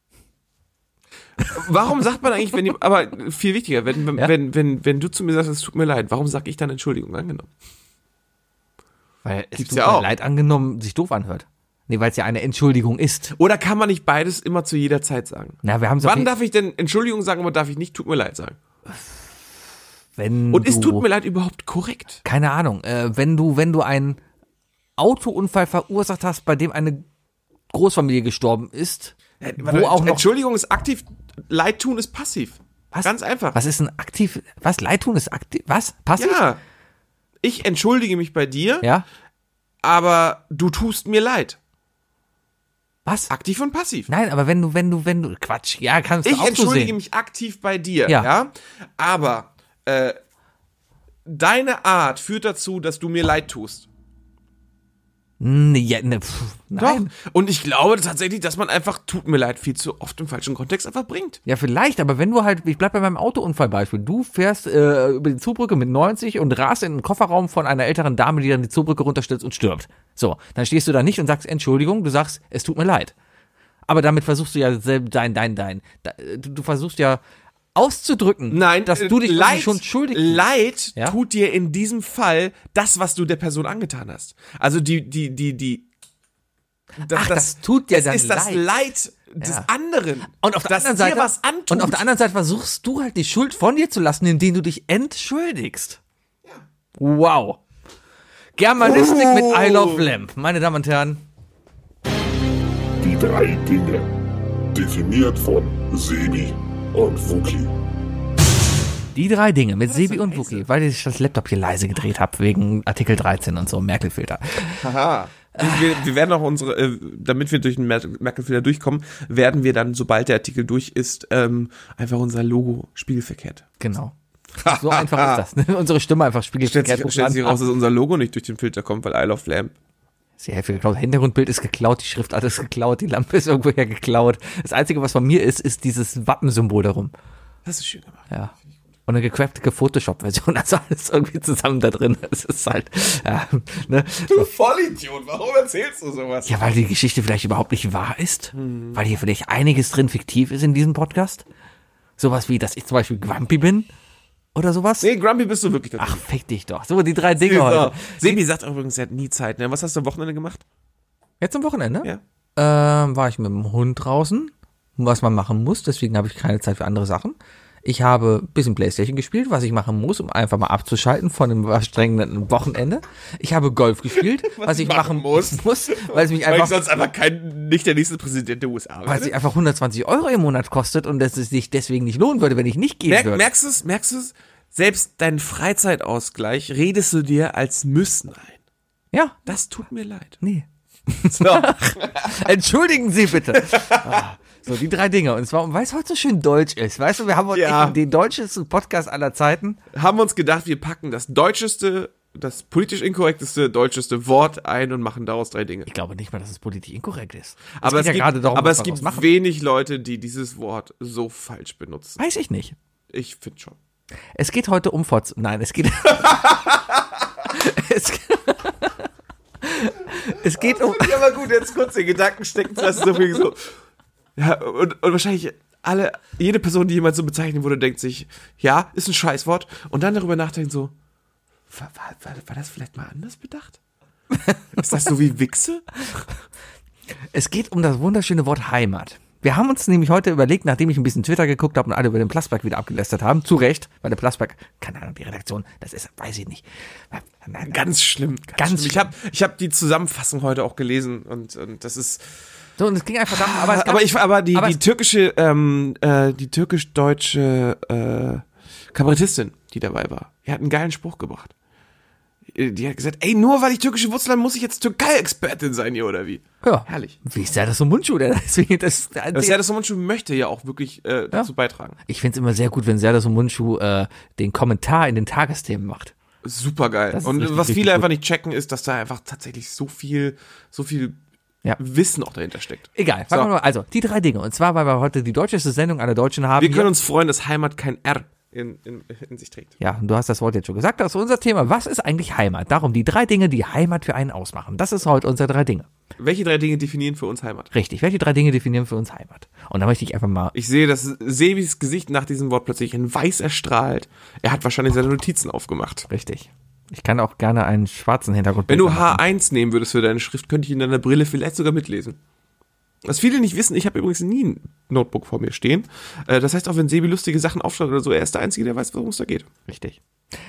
Speaker 2: Warum sagt man eigentlich, wenn die, aber viel wichtiger, wenn, wenn,
Speaker 3: Ja?
Speaker 2: wenn, wenn, wenn du zu mir sagst, es tut mir leid, warum sag ich dann Entschuldigung angenommen?
Speaker 3: Weil es
Speaker 2: Gibt's
Speaker 3: tut
Speaker 2: ja
Speaker 3: mir
Speaker 2: auch.
Speaker 3: leid angenommen, sich doof anhört. Nee, weil es ja eine Entschuldigung ist.
Speaker 2: Oder kann man nicht beides immer zu jeder Zeit sagen?
Speaker 3: Na, wir haben so
Speaker 2: Wann darf ich denn Entschuldigung sagen, aber darf ich nicht tut mir leid sagen?
Speaker 3: wenn
Speaker 2: Und
Speaker 3: du,
Speaker 2: ist tut mir leid überhaupt korrekt?
Speaker 3: keine Ahnung, äh, wenn du, wenn du einen Autounfall verursacht hast, bei dem eine Großfamilie gestorben ist, wo auch noch,
Speaker 2: Entschuldigung ist aktiv, Leid tun ist passiv.
Speaker 3: was?
Speaker 2: Ganz einfach.
Speaker 3: Was ist ein aktiv, was, Leid tun ist aktiv, was? Passiv?
Speaker 2: Ja. Ich entschuldige mich bei dir,
Speaker 3: Ja?
Speaker 2: aber du tust mir leid.
Speaker 3: Was?
Speaker 2: Aktiv und passiv.
Speaker 3: Nein, aber wenn du, wenn du, wenn du, Quatsch, ja, kannst du
Speaker 2: Ich
Speaker 3: auch so
Speaker 2: entschuldige
Speaker 3: sehen.
Speaker 2: mich aktiv bei dir,
Speaker 3: Ja.
Speaker 2: ja. Aber äh, deine Art führt dazu, dass du mir leid tust.
Speaker 3: Nee, ja, ne, pff, nein.
Speaker 2: Doch. Und ich glaube tatsächlich, dass man einfach tut mir leid viel zu oft im falschen Kontext einfach bringt.
Speaker 3: Ja, vielleicht, aber wenn du halt, ich bleib bei meinem Autounfallbeispiel, du fährst äh, über die Zugbrücke mit neunzig und rast in den Kofferraum von einer älteren Dame, die dann die Zugbrücke runterstürzt und stirbt. So, dann stehst du da nicht und sagst Entschuldigung, du sagst, es tut mir leid. Aber damit versuchst du ja selber dein, dein, dein, da- du, du versuchst ja auszudrücken,
Speaker 2: Nein,
Speaker 3: dass du dich
Speaker 2: äh,
Speaker 3: irgendwie schon schuldig fühlst.
Speaker 2: Leid
Speaker 3: Ja?
Speaker 2: tut dir in diesem Fall das, was du der Person angetan hast. Also die, die, die, die.
Speaker 3: Ach, das tut dir
Speaker 2: es
Speaker 3: dann
Speaker 2: ist das
Speaker 3: leid.
Speaker 2: Leid des
Speaker 3: Ja.
Speaker 2: anderen.
Speaker 3: Und auf der
Speaker 2: dass
Speaker 3: anderen Seite,
Speaker 2: dir was antut.
Speaker 3: und auf der anderen Seite versuchst du halt die Schuld von dir zu lassen, indem du dich entschuldigst. Wow. Germanistik
Speaker 2: Oh.
Speaker 3: mit I Love Lamp. Meine Damen und Herren,
Speaker 5: Die drei Dinge. Definiert von Sebi und Wookie.
Speaker 3: die drei Dinge mit Sebi und Wookie, weil ich das Laptop hier leise gedreht habe, wegen Artikel dreizehn und so, Merkel-Filter.
Speaker 2: Haha. Wir, wir werden auch unsere, äh, damit wir durch den Mer- Merkel-Filter durchkommen, werden wir dann, sobald der Artikel durch ist, ähm, einfach unser Logo spiegelverkehrt.
Speaker 3: Genau. So einfach ist das. Ne? Unsere Stimme einfach
Speaker 2: Stellt
Speaker 3: spiegelverkehrt.
Speaker 2: sich, stellt sich raus, dass unser Logo nicht durch den Filter kommt, weil I Love Lamp.
Speaker 3: Sehr viel geklaut. Hintergrundbild ist geklaut, die Schriftart ist geklaut, die Lampe ist irgendwoher geklaut. Das Einzige, was von mir ist, ist dieses Wappensymbol darum.
Speaker 2: Das ist schön gemacht.
Speaker 3: Ja. Und eine gecraftete Photoshop-Version, also alles irgendwie zusammen da drin. Es ist halt, ja, ne?
Speaker 2: Du Vollidiot, warum erzählst du sowas?
Speaker 3: Ja, weil die Geschichte vielleicht überhaupt nicht wahr ist. Hm. Weil hier vielleicht einiges drin fiktiv ist in diesem Podcast. Sowas wie, dass ich zum Beispiel Grumpy bin. Oder sowas.
Speaker 2: Nee, Grumpy bist du wirklich.
Speaker 3: Ach, fick dich doch. So, die drei Dinge
Speaker 2: ja.
Speaker 3: heute.
Speaker 2: Sebi sagt übrigens, er hat nie Zeit. Ne? Was hast du am Wochenende gemacht?
Speaker 3: Jetzt am Wochenende?
Speaker 2: Ja.
Speaker 3: Ähm, war ich mit dem Hund draußen, was man machen muss. Deswegen habe ich keine Zeit für andere Sachen. Ich habe ein bisschen Playstation gespielt, was ich machen muss, um einfach mal abzuschalten von einem anstrengenden Wochenende. Ich habe Golf gespielt, was, was ich machen muss, muss weil es mich einfach,
Speaker 2: weil ich sonst einfach kein, nicht der nächste Präsident der U S A
Speaker 3: werde. Weil es sich einfach hundertzwanzig Euro im Monat kostet und dass es sich deswegen nicht lohnen würde, wenn ich nicht gehen
Speaker 2: Merk,
Speaker 3: würde.
Speaker 2: Merkst du es? Merkst du es? Selbst deinen Freizeitausgleich redest du dir als Müssen ein.
Speaker 3: Ja.
Speaker 2: Das tut mir leid.
Speaker 3: Nee.
Speaker 2: So.
Speaker 3: Entschuldigen Sie bitte. Ah. So, die drei Dinge. Und zwar, weil es heute so schön deutsch ist. Weißt du, wir haben heute
Speaker 2: ja.
Speaker 3: den deutschesten Podcast aller Zeiten.
Speaker 2: Haben wir uns gedacht, wir packen das deutscheste, das politisch inkorrekteste, deutscheste Wort ein und machen daraus drei Dinge.
Speaker 3: Ich glaube nicht mal, dass es politisch inkorrekt ist. Das
Speaker 2: aber es
Speaker 3: ja
Speaker 2: gibt,
Speaker 3: gerade darum,
Speaker 2: aber es
Speaker 3: was wir
Speaker 2: gibt
Speaker 3: machen.
Speaker 2: wenig Leute, die dieses Wort so falsch benutzen.
Speaker 3: Weiß ich nicht.
Speaker 2: Ich finde schon.
Speaker 3: Es geht heute um Forz... Nein, es geht... es, es geht um...
Speaker 2: Ja, aber gut, jetzt kurz den Gedanken stecken zu lassen, so viel so... Ja, und, und wahrscheinlich alle, jede Person, die jemals so bezeichnet wurde, denkt sich, ja, ist ein Scheißwort. Und dann darüber nachdenkt so, war, war, war das vielleicht mal anders bedacht? Ist das so wie Wichse?
Speaker 3: Es geht um das wunderschöne Wort Heimat. Wir haben uns nämlich heute überlegt, nachdem ich ein bisschen Twitter geguckt habe und alle über den Plasberg wieder abgelästert haben, zu Recht, weil der Plasberg, keine Ahnung, die Redaktion, das ist, weiß ich nicht.
Speaker 2: Ganz schlimm. Ganz, ganz schlimm. Ich habe ich hab die Zusammenfassung heute auch gelesen und, und das ist...
Speaker 3: So, und es ging einfach darum, aber es gab,
Speaker 2: aber ich, aber die,
Speaker 3: aber
Speaker 2: die türkische, ähm, äh, die türkisch-deutsche äh, Kabarettistin, die dabei war, die hat einen geilen Spruch gebracht. Die hat gesagt, ey, nur weil ich türkische Wurzeln habe, muss ich jetzt Türkei-Expertin sein hier, oder wie?
Speaker 3: Ja.
Speaker 2: Herrlich.
Speaker 3: Wie ist der das so Mundschuh? Der deswegen, das, der,
Speaker 2: das Serdar Somuncu möchte ja auch wirklich äh, dazu ja. beitragen.
Speaker 3: Ich find's immer sehr gut, wenn Serdar Somuncu äh, den Kommentar in den Tagesthemen macht.
Speaker 2: Super geil. Und richtig, was viele richtig einfach nicht checken, ist, dass da einfach tatsächlich so viel, so viel ja. Wissen auch dahinter steckt.
Speaker 3: Egal, fangen so. wir mal. Also, die drei Dinge. Und zwar, weil wir heute die deutscheste Sendung aller Deutschen haben.
Speaker 2: Wir können hier. uns freuen, dass Heimat kein R in, in, in sich trägt.
Speaker 3: Ja, und du hast das Wort jetzt schon gesagt. Das ist unser Thema. Was ist eigentlich Heimat? Darum die drei Dinge, die Heimat für einen ausmachen. Das ist heute unsere drei Dinge.
Speaker 2: Welche drei Dinge definieren für uns Heimat?
Speaker 3: Richtig, welche drei Dinge definieren für uns Heimat? Und da möchte ich einfach mal...
Speaker 2: Ich sehe, dass Sebis Gesicht nach diesem Wort plötzlich in weiß erstrahlt. Er hat wahrscheinlich seine Notizen aufgemacht.
Speaker 3: Richtig. Ich kann auch gerne einen schwarzen Hintergrund.
Speaker 2: Wenn du H eins nehmen würdest für deine Schrift, könnte ich in deiner Brille vielleicht sogar mitlesen. Was viele nicht wissen, ich habe übrigens nie ein Notebook vor mir stehen. Das heißt, auch wenn Sebi lustige Sachen aufschreibt oder so, er ist der Einzige, der weiß, worum es da geht.
Speaker 3: Richtig.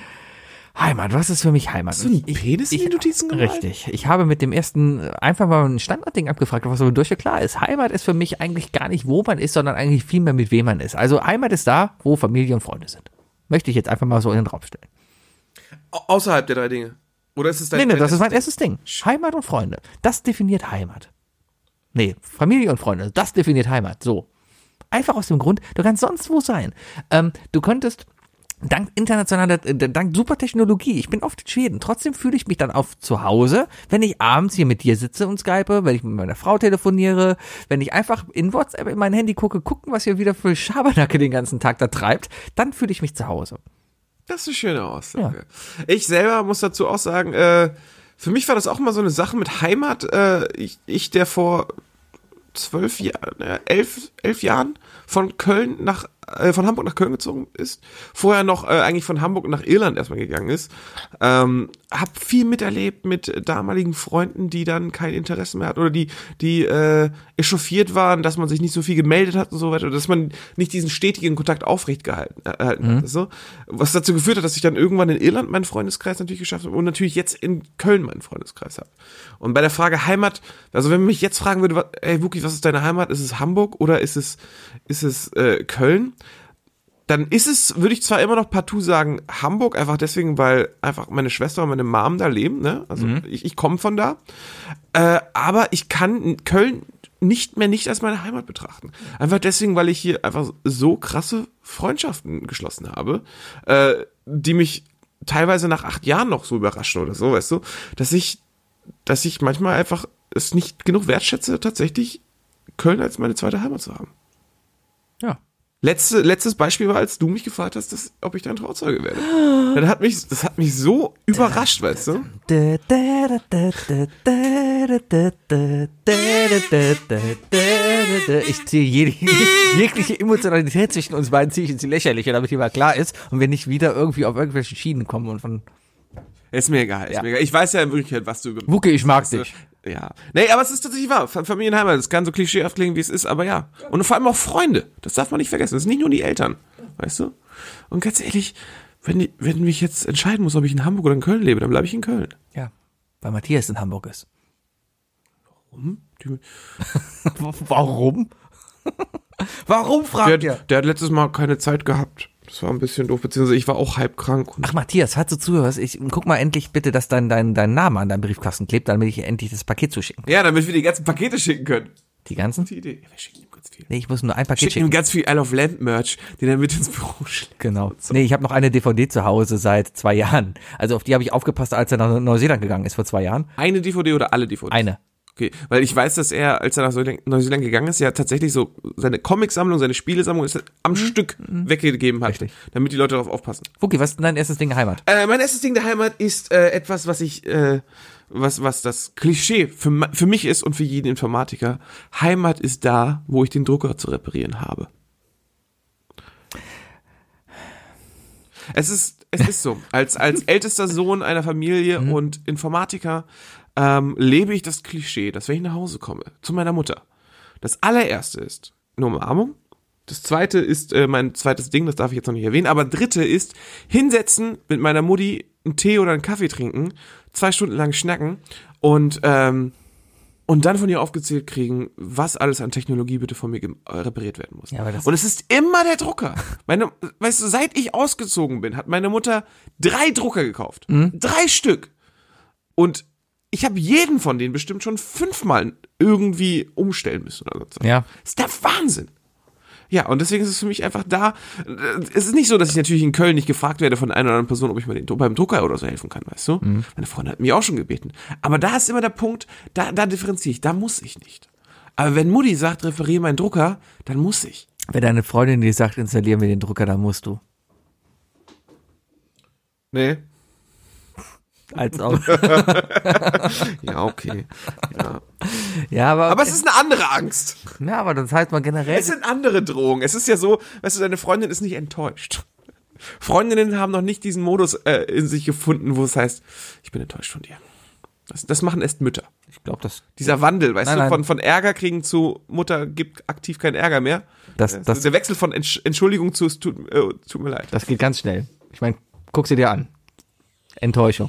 Speaker 3: Heimat, was ist für mich Heimat?
Speaker 2: Hast du einen Penis in die Notizen gemalt?
Speaker 3: Richtig. Ich habe mit dem ersten einfach mal ein Standardding abgefragt, was aber durchaus klar ist. Heimat ist für mich eigentlich gar nicht, wo man ist, sondern eigentlich vielmehr mit wem man ist. Also Heimat ist da, wo Familie und Freunde sind. Möchte ich jetzt einfach mal so in den Raum stellen.
Speaker 2: Außerhalb der drei Dinge? Oder ist es dein
Speaker 3: Nee, nee, das ist mein erstes Ding. Heimat und Freunde. Das definiert Heimat. Nee, Familie und Freunde. Das definiert Heimat. So. Einfach aus dem Grund, du kannst sonst wo sein. Ähm, du könntest, dank internationaler, dank super Technologie, ich bin oft in Schweden, trotzdem fühle ich mich dann auf zu Hause, wenn ich abends hier mit dir sitze und skype, wenn ich mit meiner Frau telefoniere, wenn ich einfach in WhatsApp in mein Handy gucke, gucken, was hier wieder für Schabernacke den ganzen Tag da treibt, dann fühle ich mich zu Hause.
Speaker 2: Das ist eine schöne Aussage. Ja. Ich selber muss dazu auch sagen, äh, für mich war das auch mal so eine Sache mit Heimat. Äh, ich, ich, der vor zwölf Jahren, äh, elf, elf Jahren von Köln nach, äh, von Hamburg nach Köln gezogen ist, vorher noch äh, eigentlich von Hamburg nach Irland erstmal gegangen ist, ähm, hab viel miterlebt mit damaligen Freunden, die dann kein Interesse mehr hatten oder die, die äh, echauffiert waren, dass man sich nicht so viel gemeldet hat und so weiter, oder dass man nicht diesen stetigen Kontakt aufrecht gehalten äh, mhm. hat, so. Was dazu geführt hat, dass ich dann irgendwann in Irland meinen Freundeskreis natürlich geschafft habe und natürlich jetzt in Köln meinen Freundeskreis habe. Und bei der Frage Heimat, also wenn man mich jetzt fragen würde, ey Wookie, was ist deine Heimat? Ist es Hamburg oder ist es, ist es äh, Köln? Dann ist es, würde ich zwar immer noch partout sagen, Hamburg, einfach deswegen, weil einfach meine Schwester und meine Mom da leben, ne? Also mhm. ich, ich komme von da. Äh, aber ich kann Köln nicht mehr nicht als meine Heimat betrachten. Einfach deswegen, weil ich hier einfach so krasse Freundschaften geschlossen habe, äh, die mich teilweise nach acht Jahren noch so überraschen oder so, weißt du, dass ich, dass ich manchmal einfach es nicht genug wertschätze, tatsächlich Köln als meine zweite Heimat zu haben.
Speaker 3: Ja.
Speaker 2: Letzte, letztes Beispiel war, als du mich gefragt hast, dass, ob ich dein Trauzeuge werde. Dann hat mich, das hat mich so überrascht, weißt du?
Speaker 3: Ich ziehe jede, jegliche Emotionalität zwischen uns beiden ziehe ich ins Lächerliche, damit hier mal klar ist und wir nicht wieder irgendwie auf irgendwelche Schienen kommen und von...
Speaker 2: Ist mir egal, ist
Speaker 3: Ja.
Speaker 2: mir egal. Ich weiß ja in Wirklichkeit, was du über...
Speaker 3: Wucke, ich mag
Speaker 2: weißt du?
Speaker 3: dich.
Speaker 2: Ja. Nee, aber es ist tatsächlich wahr. Familienheimat, das kann so klischeehaft klingen, wie es ist, aber ja. Und vor allem auch Freunde. Das darf man nicht vergessen. Das sind nicht nur die Eltern. Weißt du? Und ganz ehrlich, wenn, die, wenn ich jetzt entscheiden muss, ob ich in Hamburg oder in Köln lebe, dann bleibe ich in Köln.
Speaker 3: Ja, weil Matthias in Hamburg ist.
Speaker 2: Warum? Die,
Speaker 3: Warum? Warum, fragt
Speaker 2: der,
Speaker 3: ihr?
Speaker 2: der hat letztes Mal keine Zeit gehabt. Das war ein bisschen doof, beziehungsweise ich war auch halb krank. Und
Speaker 3: Ach, Matthias, falls du zuhörst, ich, guck mal endlich bitte, dass dein, dein, dein Name an deinem Briefkasten klebt, damit ich endlich das Paket zuschicken.
Speaker 2: ja, damit wir die ganzen Pakete schicken können.
Speaker 3: Die ganzen?
Speaker 2: Die Idee. Ja, wir schicken ihm ganz viel.
Speaker 3: Nee, ich muss nur ein Paket
Speaker 2: Schicken
Speaker 3: schicken.
Speaker 2: ihm ganz viel Isle of Lamp Merch, den er mit ins Büro schlägt.
Speaker 3: Genau. Nee, ich habe noch eine D V D zu Hause seit zwei Jahren. Also auf die habe ich aufgepasst, als er nach Neuseeland gegangen ist vor zwei Jahren.
Speaker 2: Eine D V D oder alle D V Ds?
Speaker 3: Eine.
Speaker 2: Okay, weil ich weiß, dass er, als er nach Neuseeland gegangen ist, ja tatsächlich so seine Comicsammlung, seine Spielesammlung ist am Stück weggegeben hat,
Speaker 3: Richtig.
Speaker 2: damit die Leute darauf aufpassen.
Speaker 3: Fuki, was ist denn dein erstes Ding Heimat?
Speaker 2: Äh, mein erstes Ding der Heimat ist äh, etwas, was ich, äh, was was das Klischee für, ma- für mich ist und für jeden Informatiker. Heimat ist da, wo ich den Drucker zu reparieren habe. Es ist, es ist so. Als als ältester Sohn einer Familie und Informatiker ähm, lebe ich das Klischee, dass wenn ich nach Hause komme, zu meiner Mutter, das allererste ist eine Umarmung. Das zweite ist äh, mein zweites Ding, das darf ich jetzt noch nicht erwähnen, aber dritte ist hinsetzen, mit meiner Mutti einen Tee oder einen Kaffee trinken, zwei Stunden lang schnacken und ähm, und dann von ihr aufgezählt kriegen, was alles an Technologie bitte von mir ge- äh, repariert werden muss.
Speaker 3: Ja, aber das-
Speaker 2: und es ist immer der Drucker. Meine, weißt du, seit ich ausgezogen bin, hat meine Mutter drei Drucker gekauft. Drei Stück. Und ich habe jeden von denen bestimmt schon fünfmal irgendwie umstellen müssen oder so.
Speaker 3: Ja.
Speaker 2: Das ist der Wahnsinn. Ja, und deswegen ist es für mich einfach da. Es ist nicht so, dass ich natürlich in Köln nicht gefragt werde von einer oder anderen Person, ob ich mal den, beim Drucker oder so helfen kann, weißt du? Mhm. Meine Freundin hat mich auch schon gebeten. Aber da ist immer der Punkt, da, da differenziere ich, da muss ich nicht. Aber wenn Mutti sagt, repariere meinen Drucker, dann muss ich.
Speaker 3: Wenn deine Freundin dir sagt, installieren wir den Drucker, dann musst du.
Speaker 2: Nee.
Speaker 3: Als auch.
Speaker 2: Ja, okay. Ja.
Speaker 3: Ja, aber,
Speaker 2: Aber es ist eine andere Angst.
Speaker 3: ja, aber das heißt mal generell.
Speaker 2: Es sind andere Drohungen. Es ist ja so, weißt du, deine Freundin ist nicht enttäuscht. Freundinnen haben noch nicht diesen Modus äh, in sich gefunden, wo es heißt, ich bin enttäuscht von dir. Das, das machen erst Mütter.
Speaker 3: Ich glaube, das,
Speaker 2: Dieser Wandel, weißt
Speaker 3: Nein,
Speaker 2: du,
Speaker 3: nein.
Speaker 2: von, von Ärger kriegen zu Mutter gibt aktiv keinen Ärger mehr.
Speaker 3: das,
Speaker 2: Das
Speaker 3: das,
Speaker 2: ist der Wechsel von Entsch- Entschuldigung zu es tut, äh, tut mir leid.
Speaker 3: das geht ganz schnell. Ich meine, guck sie dir an. Enttäuschung.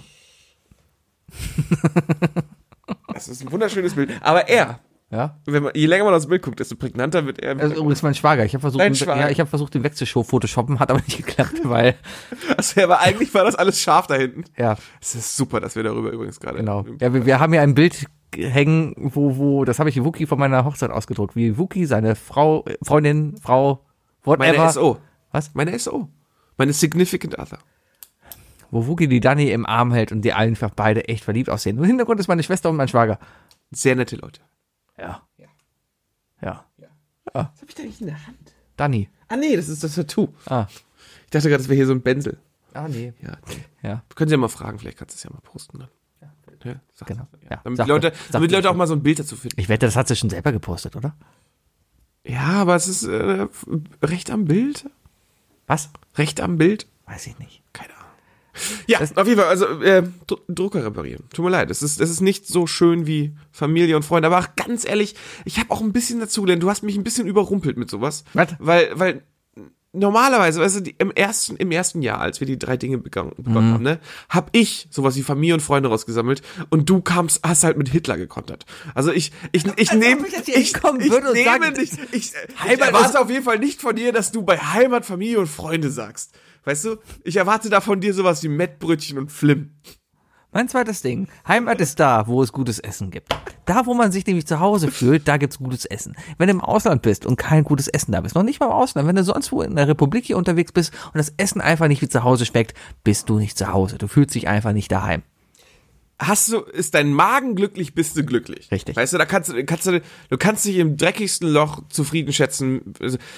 Speaker 2: Das ist ein wunderschönes Bild. Aber er,
Speaker 3: Ja.
Speaker 2: wenn man, je länger man aufs Bild guckt, desto prägnanter wird er.
Speaker 3: Also übrigens mein Schwager. Ich habe versucht,
Speaker 2: Dein
Speaker 3: ihn-
Speaker 2: Schwager.
Speaker 3: ja, ich habe versucht, den wegzuphotoshoppen, hat aber nicht geklappt, weil
Speaker 2: Also, aber eigentlich war das alles scharf da hinten.
Speaker 3: ja,
Speaker 2: Es ist super, dass wir darüber übrigens gerade.
Speaker 3: genau. Ja, wir, wir haben hier ein Bild hängen, wo wo das habe ich Wookie von meiner Hochzeit ausgedruckt, wie Wookie seine Frau, äh, Freundin, Frau, whatever,
Speaker 2: Meine S O.
Speaker 3: was?
Speaker 2: Meine S O. Meine Significant Other.
Speaker 3: Wo Wookie die Dani im Arm hält und die einfach beide echt verliebt aussehen. Im Hintergrund ist meine Schwester und mein Schwager.
Speaker 2: Sehr nette Leute.
Speaker 3: Ja. Ja.
Speaker 2: Was hab ich da eigentlich in der Hand?
Speaker 3: Dani.
Speaker 2: Ah nee, das ist das Tattoo.
Speaker 3: Ah.
Speaker 2: Ich dachte gerade, das wäre hier so ein Benzel.
Speaker 3: Ah, nee.
Speaker 2: Ja.
Speaker 3: Ja.
Speaker 2: Können Sie ja mal fragen, vielleicht kannst du es ja mal posten dann. Ja, sag
Speaker 3: Genau.
Speaker 2: Ja.
Speaker 3: Ja.
Speaker 2: Damit
Speaker 3: Sag
Speaker 2: die Leute,
Speaker 3: mir. Sag
Speaker 2: damit die
Speaker 3: mir.
Speaker 2: Leute auch mal so ein Bild dazu finden.
Speaker 3: Ich wette, das hat sie schon selber gepostet, oder?
Speaker 2: Ja, aber es ist äh, recht am Bild.
Speaker 3: Was?
Speaker 2: Recht am Bild.
Speaker 3: Weiß ich nicht.
Speaker 2: Keine Ahnung. Ja, auf jeden Fall, also äh, Dr- Drucker reparieren. Tut mir leid, es ist, es ist nicht so schön wie Familie und Freunde. Aber auch ganz ehrlich, ich habe auch ein bisschen dazugelernt. Du hast mich ein bisschen überrumpelt mit sowas.
Speaker 3: Was?
Speaker 2: Weil, weil normalerweise, weißt du, die, im ersten, im ersten Jahr, als wir die drei Dinge begangen, begonnen haben, ne, hab ich sowas wie Familie und Freunde rausgesammelt und du kamst, hast halt mit Hitler gekontert. Also ich, ich, ich nehme,
Speaker 3: ob ich jetzt hier
Speaker 2: ich,
Speaker 3: hinkommen
Speaker 2: ich
Speaker 3: würde und
Speaker 2: nehme
Speaker 3: sagen,
Speaker 2: nicht, ich, ich
Speaker 3: Heimat
Speaker 2: erwarte
Speaker 3: ist-
Speaker 2: auf jeden Fall nicht von dir, dass du bei Heimat, Familie und Freunde sagst. Weißt du, ich erwarte da von dir sowas wie Mettbrötchen und Flim.
Speaker 3: Mein zweites Ding. Heimat ist da, wo es gutes Essen gibt. Da, wo man sich nämlich zu Hause fühlt, da gibt's gutes Essen. Wenn du im Ausland bist und kein gutes Essen da bist, noch nicht mal im Ausland, wenn du sonst wo in der Republik hier unterwegs bist und das Essen einfach nicht wie zu Hause schmeckt, bist du nicht zu Hause. Du fühlst dich einfach nicht daheim.
Speaker 2: Hast du, ist dein Magen glücklich, bist du glücklich.
Speaker 3: Richtig.
Speaker 2: Weißt du, da kannst du, kannst du, du kannst dich im dreckigsten Loch zufrieden schätzen. Also,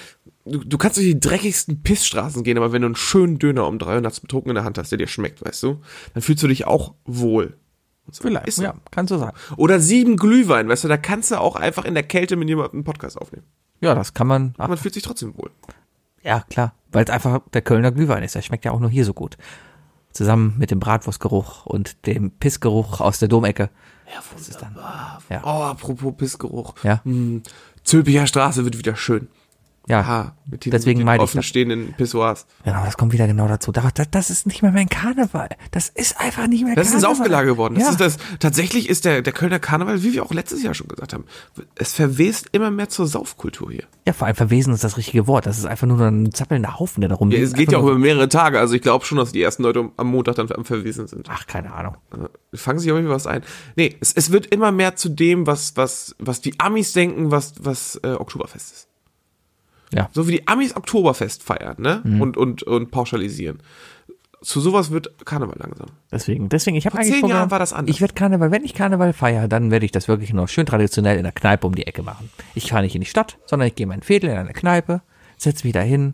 Speaker 2: du, du kannst durch die dreckigsten Pissstraßen gehen, aber wenn du einen schönen Döner um dreihundert betrunken in der Hand hast, der dir schmeckt, weißt du, dann fühlst du dich auch wohl. So.
Speaker 3: Vielleicht,
Speaker 2: Ist so.
Speaker 3: ja, kannst du sagen.
Speaker 2: Oder sieben Glühwein, weißt du, da kannst du auch einfach in der Kälte mit jemandem einen Podcast aufnehmen.
Speaker 3: Ja, das kann man. Ach,
Speaker 2: Man fühlt sich trotzdem wohl.
Speaker 3: ja, klar. Weil es einfach der Kölner Glühwein ist. Der schmeckt ja auch nur hier so gut. Zusammen mit dem Bratwurstgeruch und dem Pissgeruch aus der Domecke. Ja, was ist dann? Ja.
Speaker 2: Oh, apropos Pissgeruch.
Speaker 3: Ja.
Speaker 2: Hm, Zülpicher Straße wird wieder schön.
Speaker 3: Ja,
Speaker 2: Aha, mit den,
Speaker 3: deswegen
Speaker 2: mit den
Speaker 3: meide ich das.
Speaker 2: offenstehenden Pissoirs.
Speaker 3: Genau, das kommt wieder genau dazu. Das, das ist nicht mehr mein Karneval. Das ist einfach nicht mehr
Speaker 2: Das ist ein
Speaker 3: Karneval.
Speaker 2: Saufgelage geworden. Das
Speaker 3: Ja.
Speaker 2: ist das, tatsächlich ist der, der Kölner Karneval, wie wir auch letztes Jahr schon gesagt haben, es verwest immer mehr zur Saufkultur hier.
Speaker 3: Ja, vor allem verwesen ist das richtige Wort. Das ist einfach nur ein zappelnder Haufen, der da rumliegt.
Speaker 2: Ja, es geht ja auch über mehrere Tage, also ich glaube schon, dass die ersten Leute am Montag dann am Verwesen sind.
Speaker 3: Ach, keine Ahnung.
Speaker 2: Äh, Fangen sich aber irgendwie was ein. Nee, es, es wird immer mehr zu dem, was, was, was die Amis denken, was, was äh, Oktoberfest ist.
Speaker 3: Ja.
Speaker 2: So wie die Amis Oktoberfest feiern, ne?
Speaker 3: Mhm.
Speaker 2: Und, und, und pauschalisieren. Zu sowas wird Karneval langsam.
Speaker 3: Deswegen, deswegen, ich habe
Speaker 2: Vor
Speaker 3: eigentlich
Speaker 2: zehn
Speaker 3: vorgenommen,
Speaker 2: Jahren war das anders.
Speaker 3: Ich werde Karneval, wenn ich Karneval feiere, dann werde ich das wirklich noch schön traditionell in der Kneipe um die Ecke machen. Ich fahre nicht in die Stadt, sondern ich gehe in mein Viertel in eine Kneipe, setz mich da hin,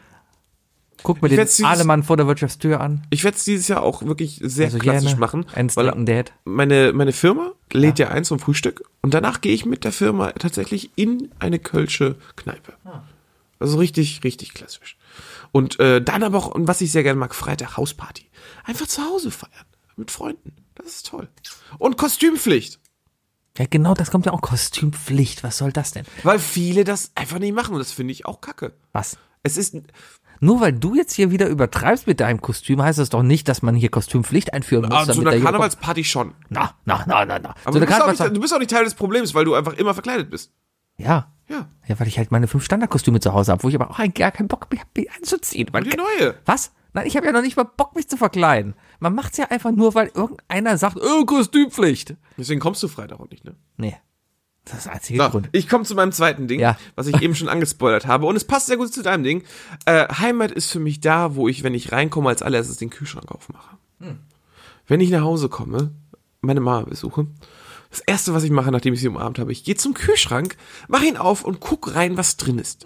Speaker 3: guck mir
Speaker 2: Ich
Speaker 3: den
Speaker 2: werd's dieses-
Speaker 3: Ahlemann vor der Wirtschaftstür an.
Speaker 2: Ich werde es dieses Jahr auch wirklich sehr
Speaker 3: Also
Speaker 2: klassisch
Speaker 3: gerne
Speaker 2: machen,
Speaker 3: Eins
Speaker 2: weil
Speaker 3: Trinken Dad.
Speaker 2: meine, meine Firma lädt ja. ein zum Frühstück und danach gehe ich mit der Firma tatsächlich in eine kölsche Kneipe. Also richtig, richtig klassisch. Und äh, dann aber auch, und was ich sehr gerne mag, Freitag Hausparty. Einfach zu Hause feiern. Mit Freunden. Das ist toll. Und Kostümpflicht.
Speaker 3: Ja, genau, das kommt ja auch Kostümpflicht. Was soll das denn?
Speaker 2: Weil viele das einfach nicht machen und das finde ich auch kacke.
Speaker 3: Was?
Speaker 2: Es ist,
Speaker 3: Nur weil du jetzt hier wieder übertreibst mit deinem Kostüm, heißt das doch nicht, dass man hier Kostümpflicht einführen muss.
Speaker 2: ah, zu
Speaker 3: damit
Speaker 2: einer
Speaker 3: der hier-
Speaker 2: Karnevalsparty schon.
Speaker 3: Na, na, na, na, na.
Speaker 2: Aber
Speaker 3: So,
Speaker 2: du,
Speaker 3: da
Speaker 2: bist
Speaker 3: kann
Speaker 2: auch
Speaker 3: was
Speaker 2: nicht, du bist auch nicht Teil des Problems, weil du einfach immer verkleidet bist.
Speaker 3: Ja.
Speaker 2: Ja.
Speaker 3: Ja, weil ich halt meine fünf Standardkostüme zu Hause habe, wo ich aber auch eigentlich gar keinen Bock mehr habe, mich anzuziehen.
Speaker 2: Und die neue.
Speaker 3: Was? Nein, ich habe ja noch nicht mal Bock, mich zu verkleiden. Man macht's ja einfach nur, weil irgendeiner sagt, oh, Kostümpflicht.
Speaker 2: Deswegen kommst du Freitag auch nicht, ne?
Speaker 3: Nee. Das ist der einzige
Speaker 2: So,
Speaker 3: Grund.
Speaker 2: ich komme zu meinem zweiten Ding,
Speaker 3: Ja.
Speaker 2: was ich eben schon angespoilert habe. Und es passt sehr gut zu deinem Ding. Äh, Heimat ist für mich da, wo ich, wenn ich reinkomme, als allererstes den Kühlschrank aufmache.
Speaker 3: Hm.
Speaker 2: Wenn ich nach Hause komme, meine Mama besuche, das erste, was ich mache, nachdem ich sie umarmt habe, ich gehe zum Kühlschrank, mache ihn auf und guck rein, was drin ist.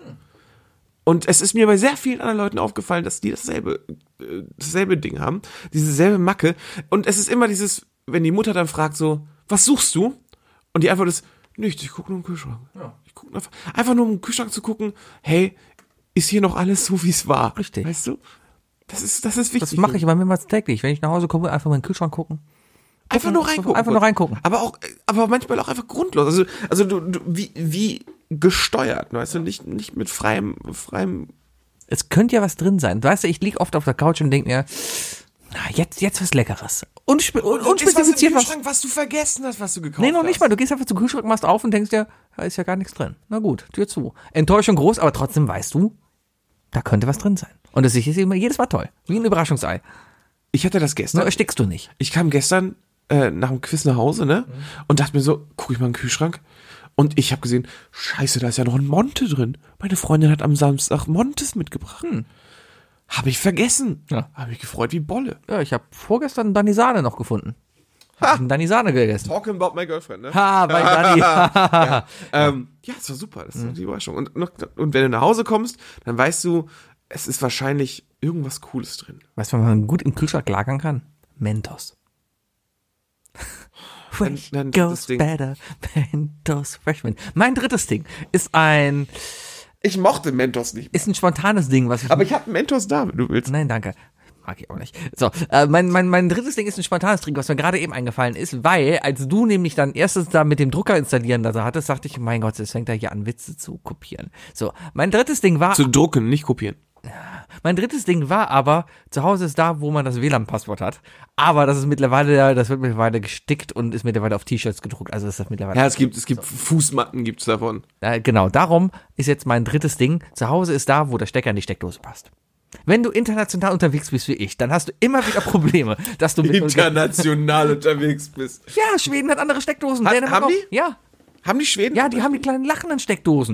Speaker 2: Und es ist mir bei sehr vielen anderen Leuten aufgefallen, dass die dasselbe, äh, dasselbe Ding haben, diese selbe Macke. Und es ist immer dieses, wenn die Mutter dann fragt so, was suchst du? Und die Antwort ist, nichts, ich gucke nur im Kühlschrank. Ja. Ich guck einfach, einfach nur im Kühlschrank zu gucken, hey, ist hier noch alles so, wie es war?
Speaker 3: Richtig.
Speaker 2: Weißt du? Das ist, das ist wichtig.
Speaker 3: Das mache ich aber mehrmals täglich. Wenn ich nach Hause komme, einfach mal in den Kühlschrank gucken.
Speaker 2: Einfach nur reingucken.
Speaker 3: Einfach nur reingucken.
Speaker 2: Aber auch, aber manchmal auch einfach grundlos. Also, also du, du wie, wie gesteuert, weißt du, nicht, nicht mit freiem, freiem.
Speaker 3: Es könnte ja was drin sein. Weißt du, ich lieg oft auf der Couch und denke mir, na, jetzt, jetzt was Leckeres. Unspe un unspezifiziert was.
Speaker 2: Kühlschrank, was du vergessen hast, was du gekauft
Speaker 3: Nee, noch nicht
Speaker 2: hast.
Speaker 3: mal. Du gehst einfach zum Kühlschrank, machst auf und denkst dir, da ist ja gar nichts drin. Na gut, Tür zu. Enttäuschung groß, aber trotzdem weißt du, da könnte was drin sein. Und das ist immer jedes Mal toll. Wie ein Überraschungsei.
Speaker 2: Ich hatte das
Speaker 3: Nur
Speaker 2: gestern.
Speaker 3: erstickst du nicht.
Speaker 2: Ich kam gestern äh, nach dem Quiz nach Hause, ne?
Speaker 3: Mhm.
Speaker 2: Und dachte mir so, guck ich mal in den Kühlschrank. Und ich habe gesehen, scheiße, da ist ja noch ein Monte drin. Meine Freundin hat am Samstag Montes mitgebracht. Hm. Habe ich vergessen.
Speaker 3: Ja.
Speaker 2: Habe mich gefreut wie Bolle.
Speaker 3: Ja, ich habe vorgestern Danisane noch gefunden. Ha. Hab Danisane gegessen.
Speaker 2: Talking about my girlfriend, ne?
Speaker 3: Ha, bei Dani.
Speaker 2: ja. Ähm, ja, das war super. Das ist die Überraschung. Und, noch, und wenn du nach Hause kommst, dann weißt du, es ist wahrscheinlich irgendwas Cooles drin.
Speaker 3: Weißt du, was man gut im Kühlschrank lagern kann? Mentos. Fresh
Speaker 2: Dann- dann das
Speaker 3: goes
Speaker 2: Ding.
Speaker 3: better. Mentos Freshman. Mein drittes Ding ist ein,
Speaker 2: Ich mochte Mentos nicht.
Speaker 3: ist ein spontanes Ding, was ich
Speaker 2: Aber ich habe Mentos da, wenn du willst.
Speaker 3: Nein, danke. Mag ich auch nicht. So, äh, mein, mein, mein drittes Ding ist ein spontanes Trinken, was mir gerade eben eingefallen ist, weil, als du nämlich dann erstes da mit dem Drucker installieren da so hattest, dachte ich, mein Gott, jetzt fängt er hier an, Witze zu kopieren. So, mein drittes Ding war,
Speaker 2: Zu drucken, nicht kopieren.
Speaker 3: mein drittes Ding war aber, zu Hause ist da, wo man das W L A N-Passwort hat. Aber das ist mittlerweile, das wird mittlerweile gestickt und ist mittlerweile auf T-Shirts gedruckt. Also ist das mittlerweile.
Speaker 2: Ja, es gibt, es gibt Fußmatten, gibt's davon.
Speaker 3: Äh, genau, darum ist jetzt mein drittes Ding. Zu Hause ist da, wo der Stecker in die Steckdose passt. Wenn du international unterwegs bist wie ich, dann hast du immer wieder Probleme, dass du mit
Speaker 2: International unterwegs bist.
Speaker 3: Ja, Schweden hat andere Steckdosen.
Speaker 2: Hat-
Speaker 3: Dänemark
Speaker 2: haben
Speaker 3: auch.
Speaker 2: die?
Speaker 3: Ja.
Speaker 2: Haben die Schweden?
Speaker 3: Ja, die haben die kleinen lachenden Steckdosen.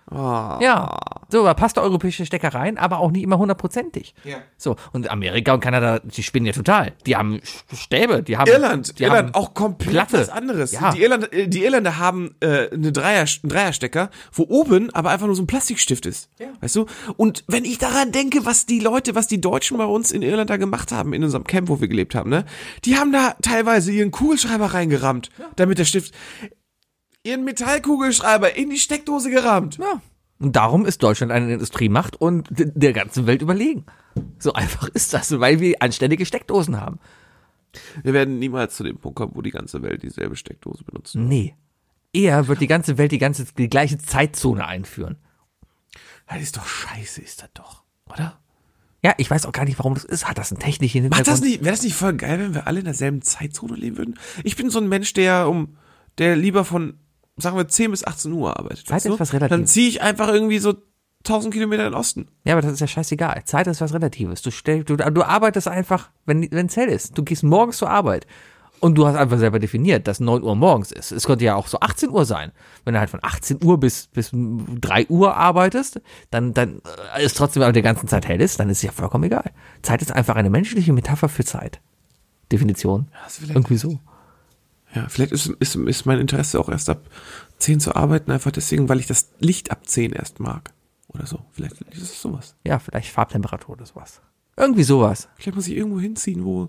Speaker 2: Oh.
Speaker 3: Ja, so, da passt der europäische Stecker rein, aber auch nicht immer hundertprozentig.
Speaker 2: Ja.
Speaker 3: So, und Amerika und Kanada, die spinnen ja total. Die haben Stäbe, die haben...
Speaker 2: Irland,
Speaker 3: die
Speaker 2: Irland,
Speaker 3: haben
Speaker 2: auch komplett
Speaker 3: Platte.
Speaker 2: was anderes.
Speaker 3: Ja.
Speaker 2: Die, Irland, äh, die Irländer haben äh, eine Dreier, einen Dreierstecker, wo oben aber einfach nur so ein Plastikstift ist. Ja. Weißt du? Und wenn ich daran denke, was die Leute, was die Deutschen bei uns in Irland da gemacht haben, in unserem Camp, wo wir gelebt haben, ne? Die haben da teilweise ihren Kugelschreiber reingerammt, ja. damit der Stift... ihren Metallkugelschreiber in die Steckdose gerammt.
Speaker 3: Ja. Und darum ist Deutschland eine Industriemacht und der ganzen Welt überlegen. So einfach ist das, weil wir anständige Steckdosen haben.
Speaker 2: Wir werden niemals zu dem Punkt kommen, wo die ganze Welt dieselbe Steckdose benutzt.
Speaker 3: Nee. Eher wird die ganze Welt die ganze die gleiche Zeitzone einführen.
Speaker 2: Das ist doch scheiße, ist das doch, oder?
Speaker 3: Ja, ich weiß auch gar nicht, warum das ist. Hat das einen technischen Hintergrund?
Speaker 2: Macht das nicht, wäre das nicht voll geil, wenn wir alle in derselben Zeitzone leben würden? Ich bin so ein Mensch, der um, der lieber von, sagen wir, zehn bis achtzehn Uhr arbeitet.
Speaker 3: Zeit ist was Relatives.
Speaker 2: Dann ziehe ich einfach irgendwie so tausend Kilometer in den Osten.
Speaker 3: Ja, aber das ist ja scheißegal. Zeit ist was Relatives. Du, stell, du, du arbeitest einfach, wenn es hell ist. Du gehst morgens zur Arbeit und du hast einfach selber definiert, dass neun Uhr morgens ist. Es könnte ja auch so achtzehn Uhr sein. Wenn du halt von achtzehn Uhr bis, bis drei Uhr arbeitest, dann, dann ist trotzdem aber die ganze Zeit hell ist, dann ist es ja vollkommen egal. Zeit ist einfach eine menschliche Metapher für Zeit. Definition.
Speaker 2: Ja, also
Speaker 3: irgendwie so.
Speaker 2: Ja, vielleicht ist, ist, ist mein Interesse auch erst ab zehn zu arbeiten, einfach deswegen, weil ich das Licht ab zehn erst mag. Oder so. Vielleicht ist es sowas.
Speaker 3: Ja, vielleicht Farbtemperatur oder sowas. Irgendwie sowas.
Speaker 2: Vielleicht muss ich irgendwo hinziehen, wo,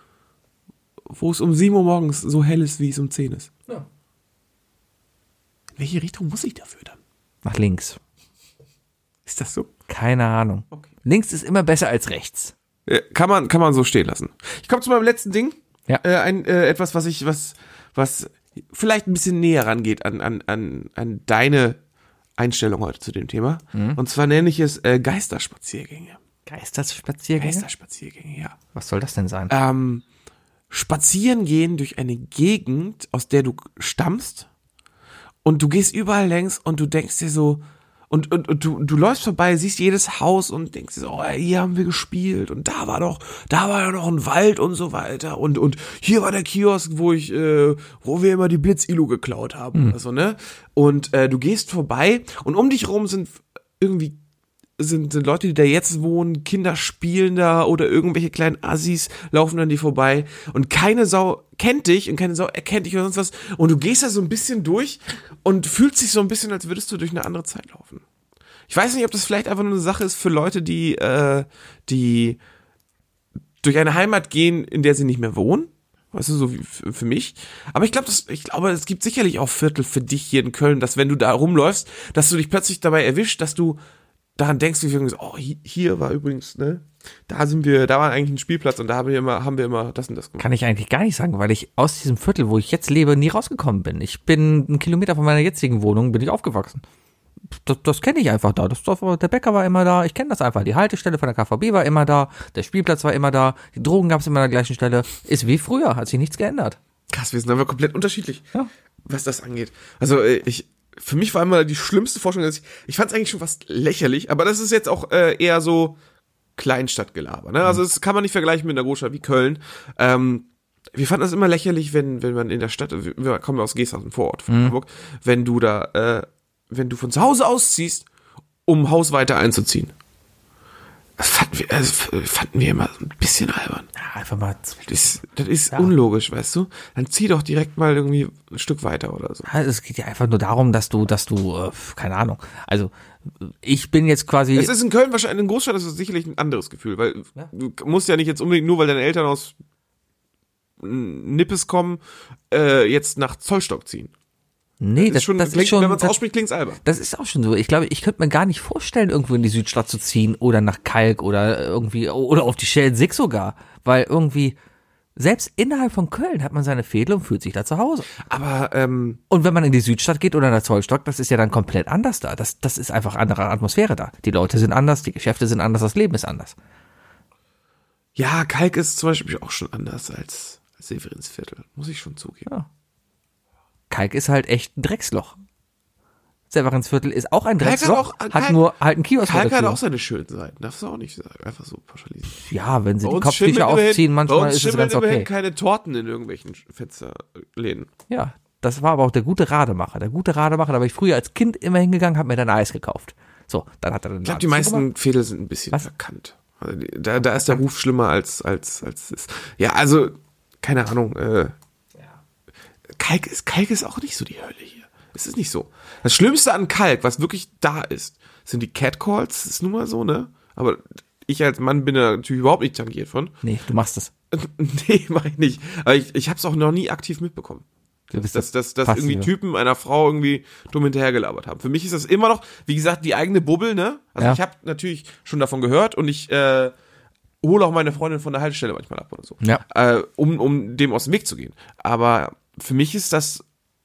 Speaker 2: wo es um sieben Uhr morgens so hell ist, wie es um zehn ist.
Speaker 3: Ja.
Speaker 2: In welche Richtung muss ich dafür dann?
Speaker 3: Nach links.
Speaker 2: Ist das so?
Speaker 3: Keine Ahnung.
Speaker 2: Okay.
Speaker 3: Links ist immer besser als rechts.
Speaker 2: Äh, kann man, kann man so stehen lassen. Ich komme zu meinem letzten Ding.
Speaker 3: Ja.
Speaker 2: Äh, ein, äh, etwas, was ich, was, was vielleicht ein bisschen näher rangeht an, an, an, an deine Einstellung heute zu dem Thema. Mhm. Und zwar nenne ich es äh, Geisterspaziergänge.
Speaker 3: Geisterspaziergänge?
Speaker 2: Geisterspaziergänge, ja.
Speaker 3: Was soll das denn sein?
Speaker 2: Ähm, spazieren gehen durch eine Gegend, aus der du stammst, und du gehst überall längs und du denkst dir so, und, und, und du, du läufst vorbei, siehst jedes Haus und denkst dir so, oh, hier haben wir gespielt und da war doch, da war ja noch ein Wald und so weiter und, und hier war der Kiosk, wo ich, äh, wo wir immer die Blitzilu geklaut haben, mhm. oder so, ne? Und äh, du gehst vorbei und um dich rum sind irgendwie Sind, sind Leute, die da jetzt wohnen, Kinder spielen da oder irgendwelche kleinen Assis laufen an die vorbei und keine Sau kennt dich und keine Sau erkennt dich oder sonst was und du gehst da so ein bisschen durch und fühlst dich so ein bisschen, als würdest du durch eine andere Zeit laufen. Ich weiß nicht, ob das vielleicht einfach nur eine Sache ist für Leute, die, äh, die durch eine Heimat gehen, in der sie nicht mehr wohnen. Weißt du, so wie für mich. Aber ich glaube, ich glaube, es gibt sicherlich auch Viertel für dich hier in Köln, dass wenn du da rumläufst, dass du dich plötzlich dabei erwischt, dass du daran denkst du, irgendwie so, oh, hier war übrigens, ne, da sind wir, da war eigentlich ein Spielplatz und da haben wir immer, haben wir immer das und das gemacht.
Speaker 3: Kann ich eigentlich gar nicht sagen, weil ich aus diesem Viertel, wo ich jetzt lebe, nie rausgekommen bin. Ich bin einen Kilometer von meiner jetzigen Wohnung, bin ich aufgewachsen. Das, das kenne ich einfach da. Das, der Bäcker war immer da, ich kenne das einfach. Die Haltestelle von der K V B war immer da, der Spielplatz war immer da, die Drogen gab es immer an der gleichen Stelle. Ist wie früher, hat sich nichts geändert.
Speaker 2: Krass, wir sind aber komplett unterschiedlich,
Speaker 3: ja.
Speaker 2: was das angeht. Also ich Für mich war immer die schlimmste Vorstellung, dass ich, ich fand es eigentlich schon fast lächerlich, aber das ist jetzt auch äh, eher so Kleinstadtgelaber, ne? Also das kann man nicht vergleichen mit einer Großstadt wie Köln. Ähm, wir fanden das immer lächerlich, wenn wenn man in der Stadt, wir kommen aus Geesthaus, ein Vorort von mhm. Hamburg, wenn du da, äh, wenn du von zu Hause ausziehst, um ein Haus weiter einzuziehen. Das fanden wir, also fanden wir immer ein bisschen albern.
Speaker 3: Ja, einfach mal.
Speaker 2: Das ist, das ist ja. unlogisch, weißt du? Dann zieh doch direkt mal irgendwie ein Stück weiter oder so.
Speaker 3: Ja, es geht ja einfach nur darum, dass du, dass du, äh, keine Ahnung. Also ich bin jetzt quasi.
Speaker 2: Es ist in Köln wahrscheinlich, in Großstadt ist es sicherlich ein anderes Gefühl, weil ja. du musst ja nicht jetzt unbedingt nur, weil deine Eltern aus Nippes kommen, äh, jetzt nach Zollstock ziehen.
Speaker 3: Nee, das, das, schon, das
Speaker 2: klingt,
Speaker 3: ist schon,
Speaker 2: wenn man es ausspricht, klingt's albern.
Speaker 3: Das ist auch schon so. Ich glaube, ich könnte mir gar nicht vorstellen, irgendwo in die Südstadt zu ziehen oder nach Kalk oder irgendwie, oder auf die Schelsig sogar. Weil irgendwie, selbst innerhalb von Köln hat man seine Fädel und fühlt sich da zu Hause.
Speaker 2: Aber, ähm.
Speaker 3: Und wenn man in die Südstadt geht oder nach Zollstock, das ist ja dann komplett anders da. Das, das ist einfach andere Atmosphäre da. Die Leute sind anders, die Geschäfte sind anders, das Leben ist anders.
Speaker 2: Ja, Kalk ist zum Beispiel auch schon anders als, als Severinsviertel. Muss ich schon zugeben.
Speaker 3: Ja. Kalk ist halt echt ein Drecksloch. Severinsviertel ist auch ein Drecksloch, hat, auch, hat Kalk, nur halt ein Kiosk.
Speaker 2: Kalk hat auch seine schönen Seiten, darfst du auch nicht sagen, einfach so pauschalisieren.
Speaker 3: Ja, wenn sie die Kopftücher aufziehen, manchmal ist es ganz okay.
Speaker 2: Keine Torten in irgendwelchen Fensterläden.
Speaker 3: Ja, das war aber auch der gute Rademacher. Der gute Rademacher, da war ich früher als Kind immer hingegangen, hab mir dann Eis gekauft. So, dann hat er dann.
Speaker 2: Ich glaube, die meisten Fädel sind ein bisschen Was? verkannt. Also die, da, da ist der Ruf schlimmer als als als ist. Ja, also keine Ahnung. Äh, ja. Kalk ist Kalk ist auch nicht so die Hölle hier. Es ist nicht so. Das Schlimmste an Kalk, was wirklich da ist, sind die Catcalls. Das ist nun mal so, ne? Aber ich als Mann bin da natürlich überhaupt nicht tangiert von.
Speaker 3: Nee, du machst das.
Speaker 2: Nee, mach ich nicht. Aber ich, ich habe es auch noch nie aktiv mitbekommen. Dass, dass, dass, dass irgendwie Typen einer Frau irgendwie dumm hinterhergelabert haben. Für mich ist das immer noch, wie gesagt, die eigene Bubble, ne? Also
Speaker 3: Ja.
Speaker 2: ich habe natürlich schon davon gehört und ich äh, hole auch meine Freundin von der Haltestelle manchmal ab oder so.
Speaker 3: Ja.
Speaker 2: Äh, um, um dem aus dem Weg zu gehen. Aber für mich ist das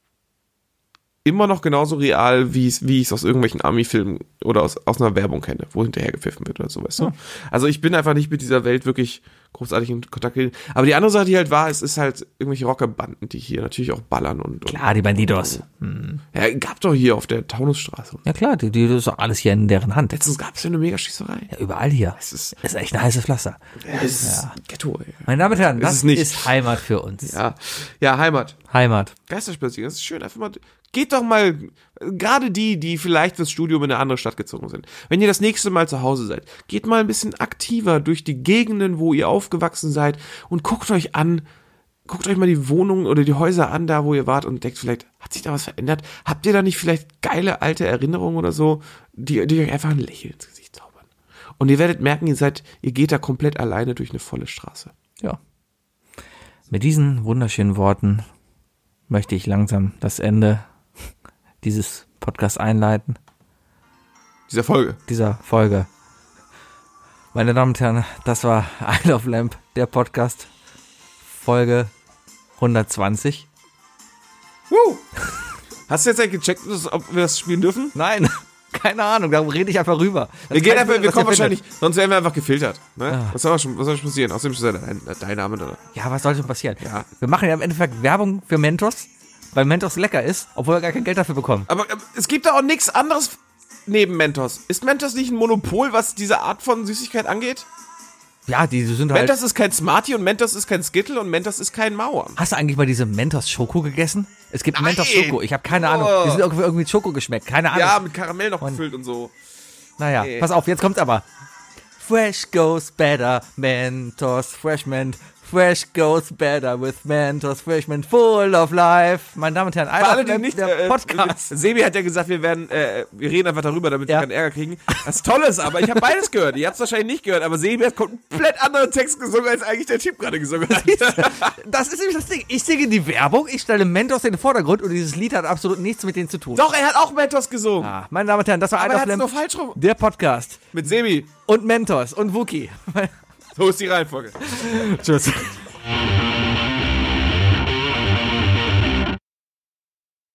Speaker 2: immer noch genauso real, wie es, wie ich es aus irgendwelchen Army-Filmen oder aus, aus einer Werbung kenne, wo hinterhergepfiffen wird oder so, weißt du?
Speaker 3: Ja.
Speaker 2: Also ich bin einfach nicht mit dieser Welt wirklich großartig in Kontakt getreten. Aber die andere Sache, die halt war, es ist halt irgendwelche Rockerbanden, die hier natürlich auch ballern und, und
Speaker 3: Klar, die Bandidos.
Speaker 2: und, ja, gab doch hier auf der Taunusstraße.
Speaker 3: Ja klar, die, die das ist doch alles hier in deren Hand.
Speaker 2: Letztens gab es ja eine Megaschießerei.
Speaker 3: Ja, überall hier.
Speaker 2: Es ist,
Speaker 3: ist echt ein heißes Pflaster.
Speaker 2: es ist Ghetto, ey.
Speaker 3: Meine Damen und Herren,
Speaker 2: Ist
Speaker 3: das
Speaker 2: es nicht.
Speaker 3: ist Heimat für uns.
Speaker 2: Ja, ja, Heimat.
Speaker 3: Heimat.
Speaker 2: Geisterspaziergang, das ist schön. Einfach mal, geht doch mal, gerade die, die vielleicht fürs Studium in eine andere Stadt gezogen sind. Wenn ihr das nächste Mal zu Hause seid, geht mal ein bisschen aktiver durch die Gegenden, wo ihr aufgewachsen seid und guckt euch an, guckt euch mal die Wohnungen oder die Häuser an, da wo ihr wart und denkt vielleicht, hat sich da was verändert? Habt ihr da nicht vielleicht geile alte Erinnerungen oder so, die, die euch einfach ein Lächeln ins Gesicht zaubern? Und ihr werdet merken, ihr seid, ihr geht da komplett alleine durch eine volle Straße.
Speaker 3: Ja. Mit diesen wunderschönen Worten möchte ich langsam das Ende dieses Podcasts einleiten,
Speaker 2: Dieser Folge.
Speaker 3: dieser Folge. Meine Damen und Herren, das war I Love Lamp, der Podcast, Folge hundertzwanzig.
Speaker 2: Woo! Hast du jetzt eigentlich gecheckt, ob wir das spielen dürfen?
Speaker 3: Nein, keine Ahnung, da rede ich einfach rüber. Das
Speaker 2: Wir gehen
Speaker 3: kann
Speaker 2: einfach,
Speaker 3: sein,
Speaker 2: wir
Speaker 3: was
Speaker 2: kommen
Speaker 3: ihr findet.
Speaker 2: wahrscheinlich, sonst werden wir einfach gefiltert. Ne?
Speaker 3: Ja.
Speaker 2: Was soll schon, was soll schon passieren? Außerdem ist ja dein, dein Name da.
Speaker 3: Ja, was soll schon passieren?
Speaker 2: Ja.
Speaker 3: Wir machen ja im Endeffekt Werbung für Mentos, weil Mentos lecker ist, obwohl wir gar kein Geld dafür bekommen.
Speaker 2: Aber äh, es gibt da auch nichts anderes neben Mentos. Ist Mentos nicht ein Monopol, was diese Art von Süßigkeit angeht?
Speaker 3: Ja, die sind halt...
Speaker 2: Mentos ist kein Smartie und Mentos ist kein Skittle und Mentos ist kein Mauer.
Speaker 3: Hast du eigentlich mal diese Mentos Schoko gegessen? Es gibt
Speaker 2: Nein.
Speaker 3: Mentos Schoko, ich habe keine Ahnung.
Speaker 2: Oh.
Speaker 3: Die sind irgendwie, irgendwie Schoko geschmeckt, keine Ahnung.
Speaker 2: Ja, mit Karamell noch
Speaker 3: Und-
Speaker 2: gefüllt und so.
Speaker 3: Naja,
Speaker 2: Nee.
Speaker 3: pass auf, jetzt kommt's aber. Fresh goes better, Mentos Freshman. Fresh goes better with Mentos Freshman, full of life. Meine Damen und Herren,
Speaker 2: Für alle, die nicht,
Speaker 3: der
Speaker 2: äh,
Speaker 3: Podcast.
Speaker 2: Sebi hat ja gesagt, wir werden, äh, wir reden einfach darüber, damit
Speaker 3: Ja.
Speaker 2: wir keinen Ärger kriegen. Das Tolle ist aber, ich habe beides gehört. Ihr habt es wahrscheinlich nicht gehört, aber Sebi hat komplett anderen Text gesungen, als eigentlich der Typ gerade gesungen hat.
Speaker 3: Das ist nämlich das Ding. Ich singe die Werbung, ich stelle Mentos in den Vordergrund und dieses Lied hat absolut nichts mit denen zu tun.
Speaker 2: Doch, er hat auch Mentos gesungen.
Speaker 3: Ah, meine Damen und Herren, das war
Speaker 2: aber
Speaker 3: einer
Speaker 2: er hat es
Speaker 3: von
Speaker 2: nur
Speaker 3: dem,
Speaker 2: falsch rum.
Speaker 3: der Podcast.
Speaker 2: Mit Sebi.
Speaker 3: Und Mentos und Wookie.
Speaker 2: So ist die Reihenfolge.
Speaker 3: Tschüss.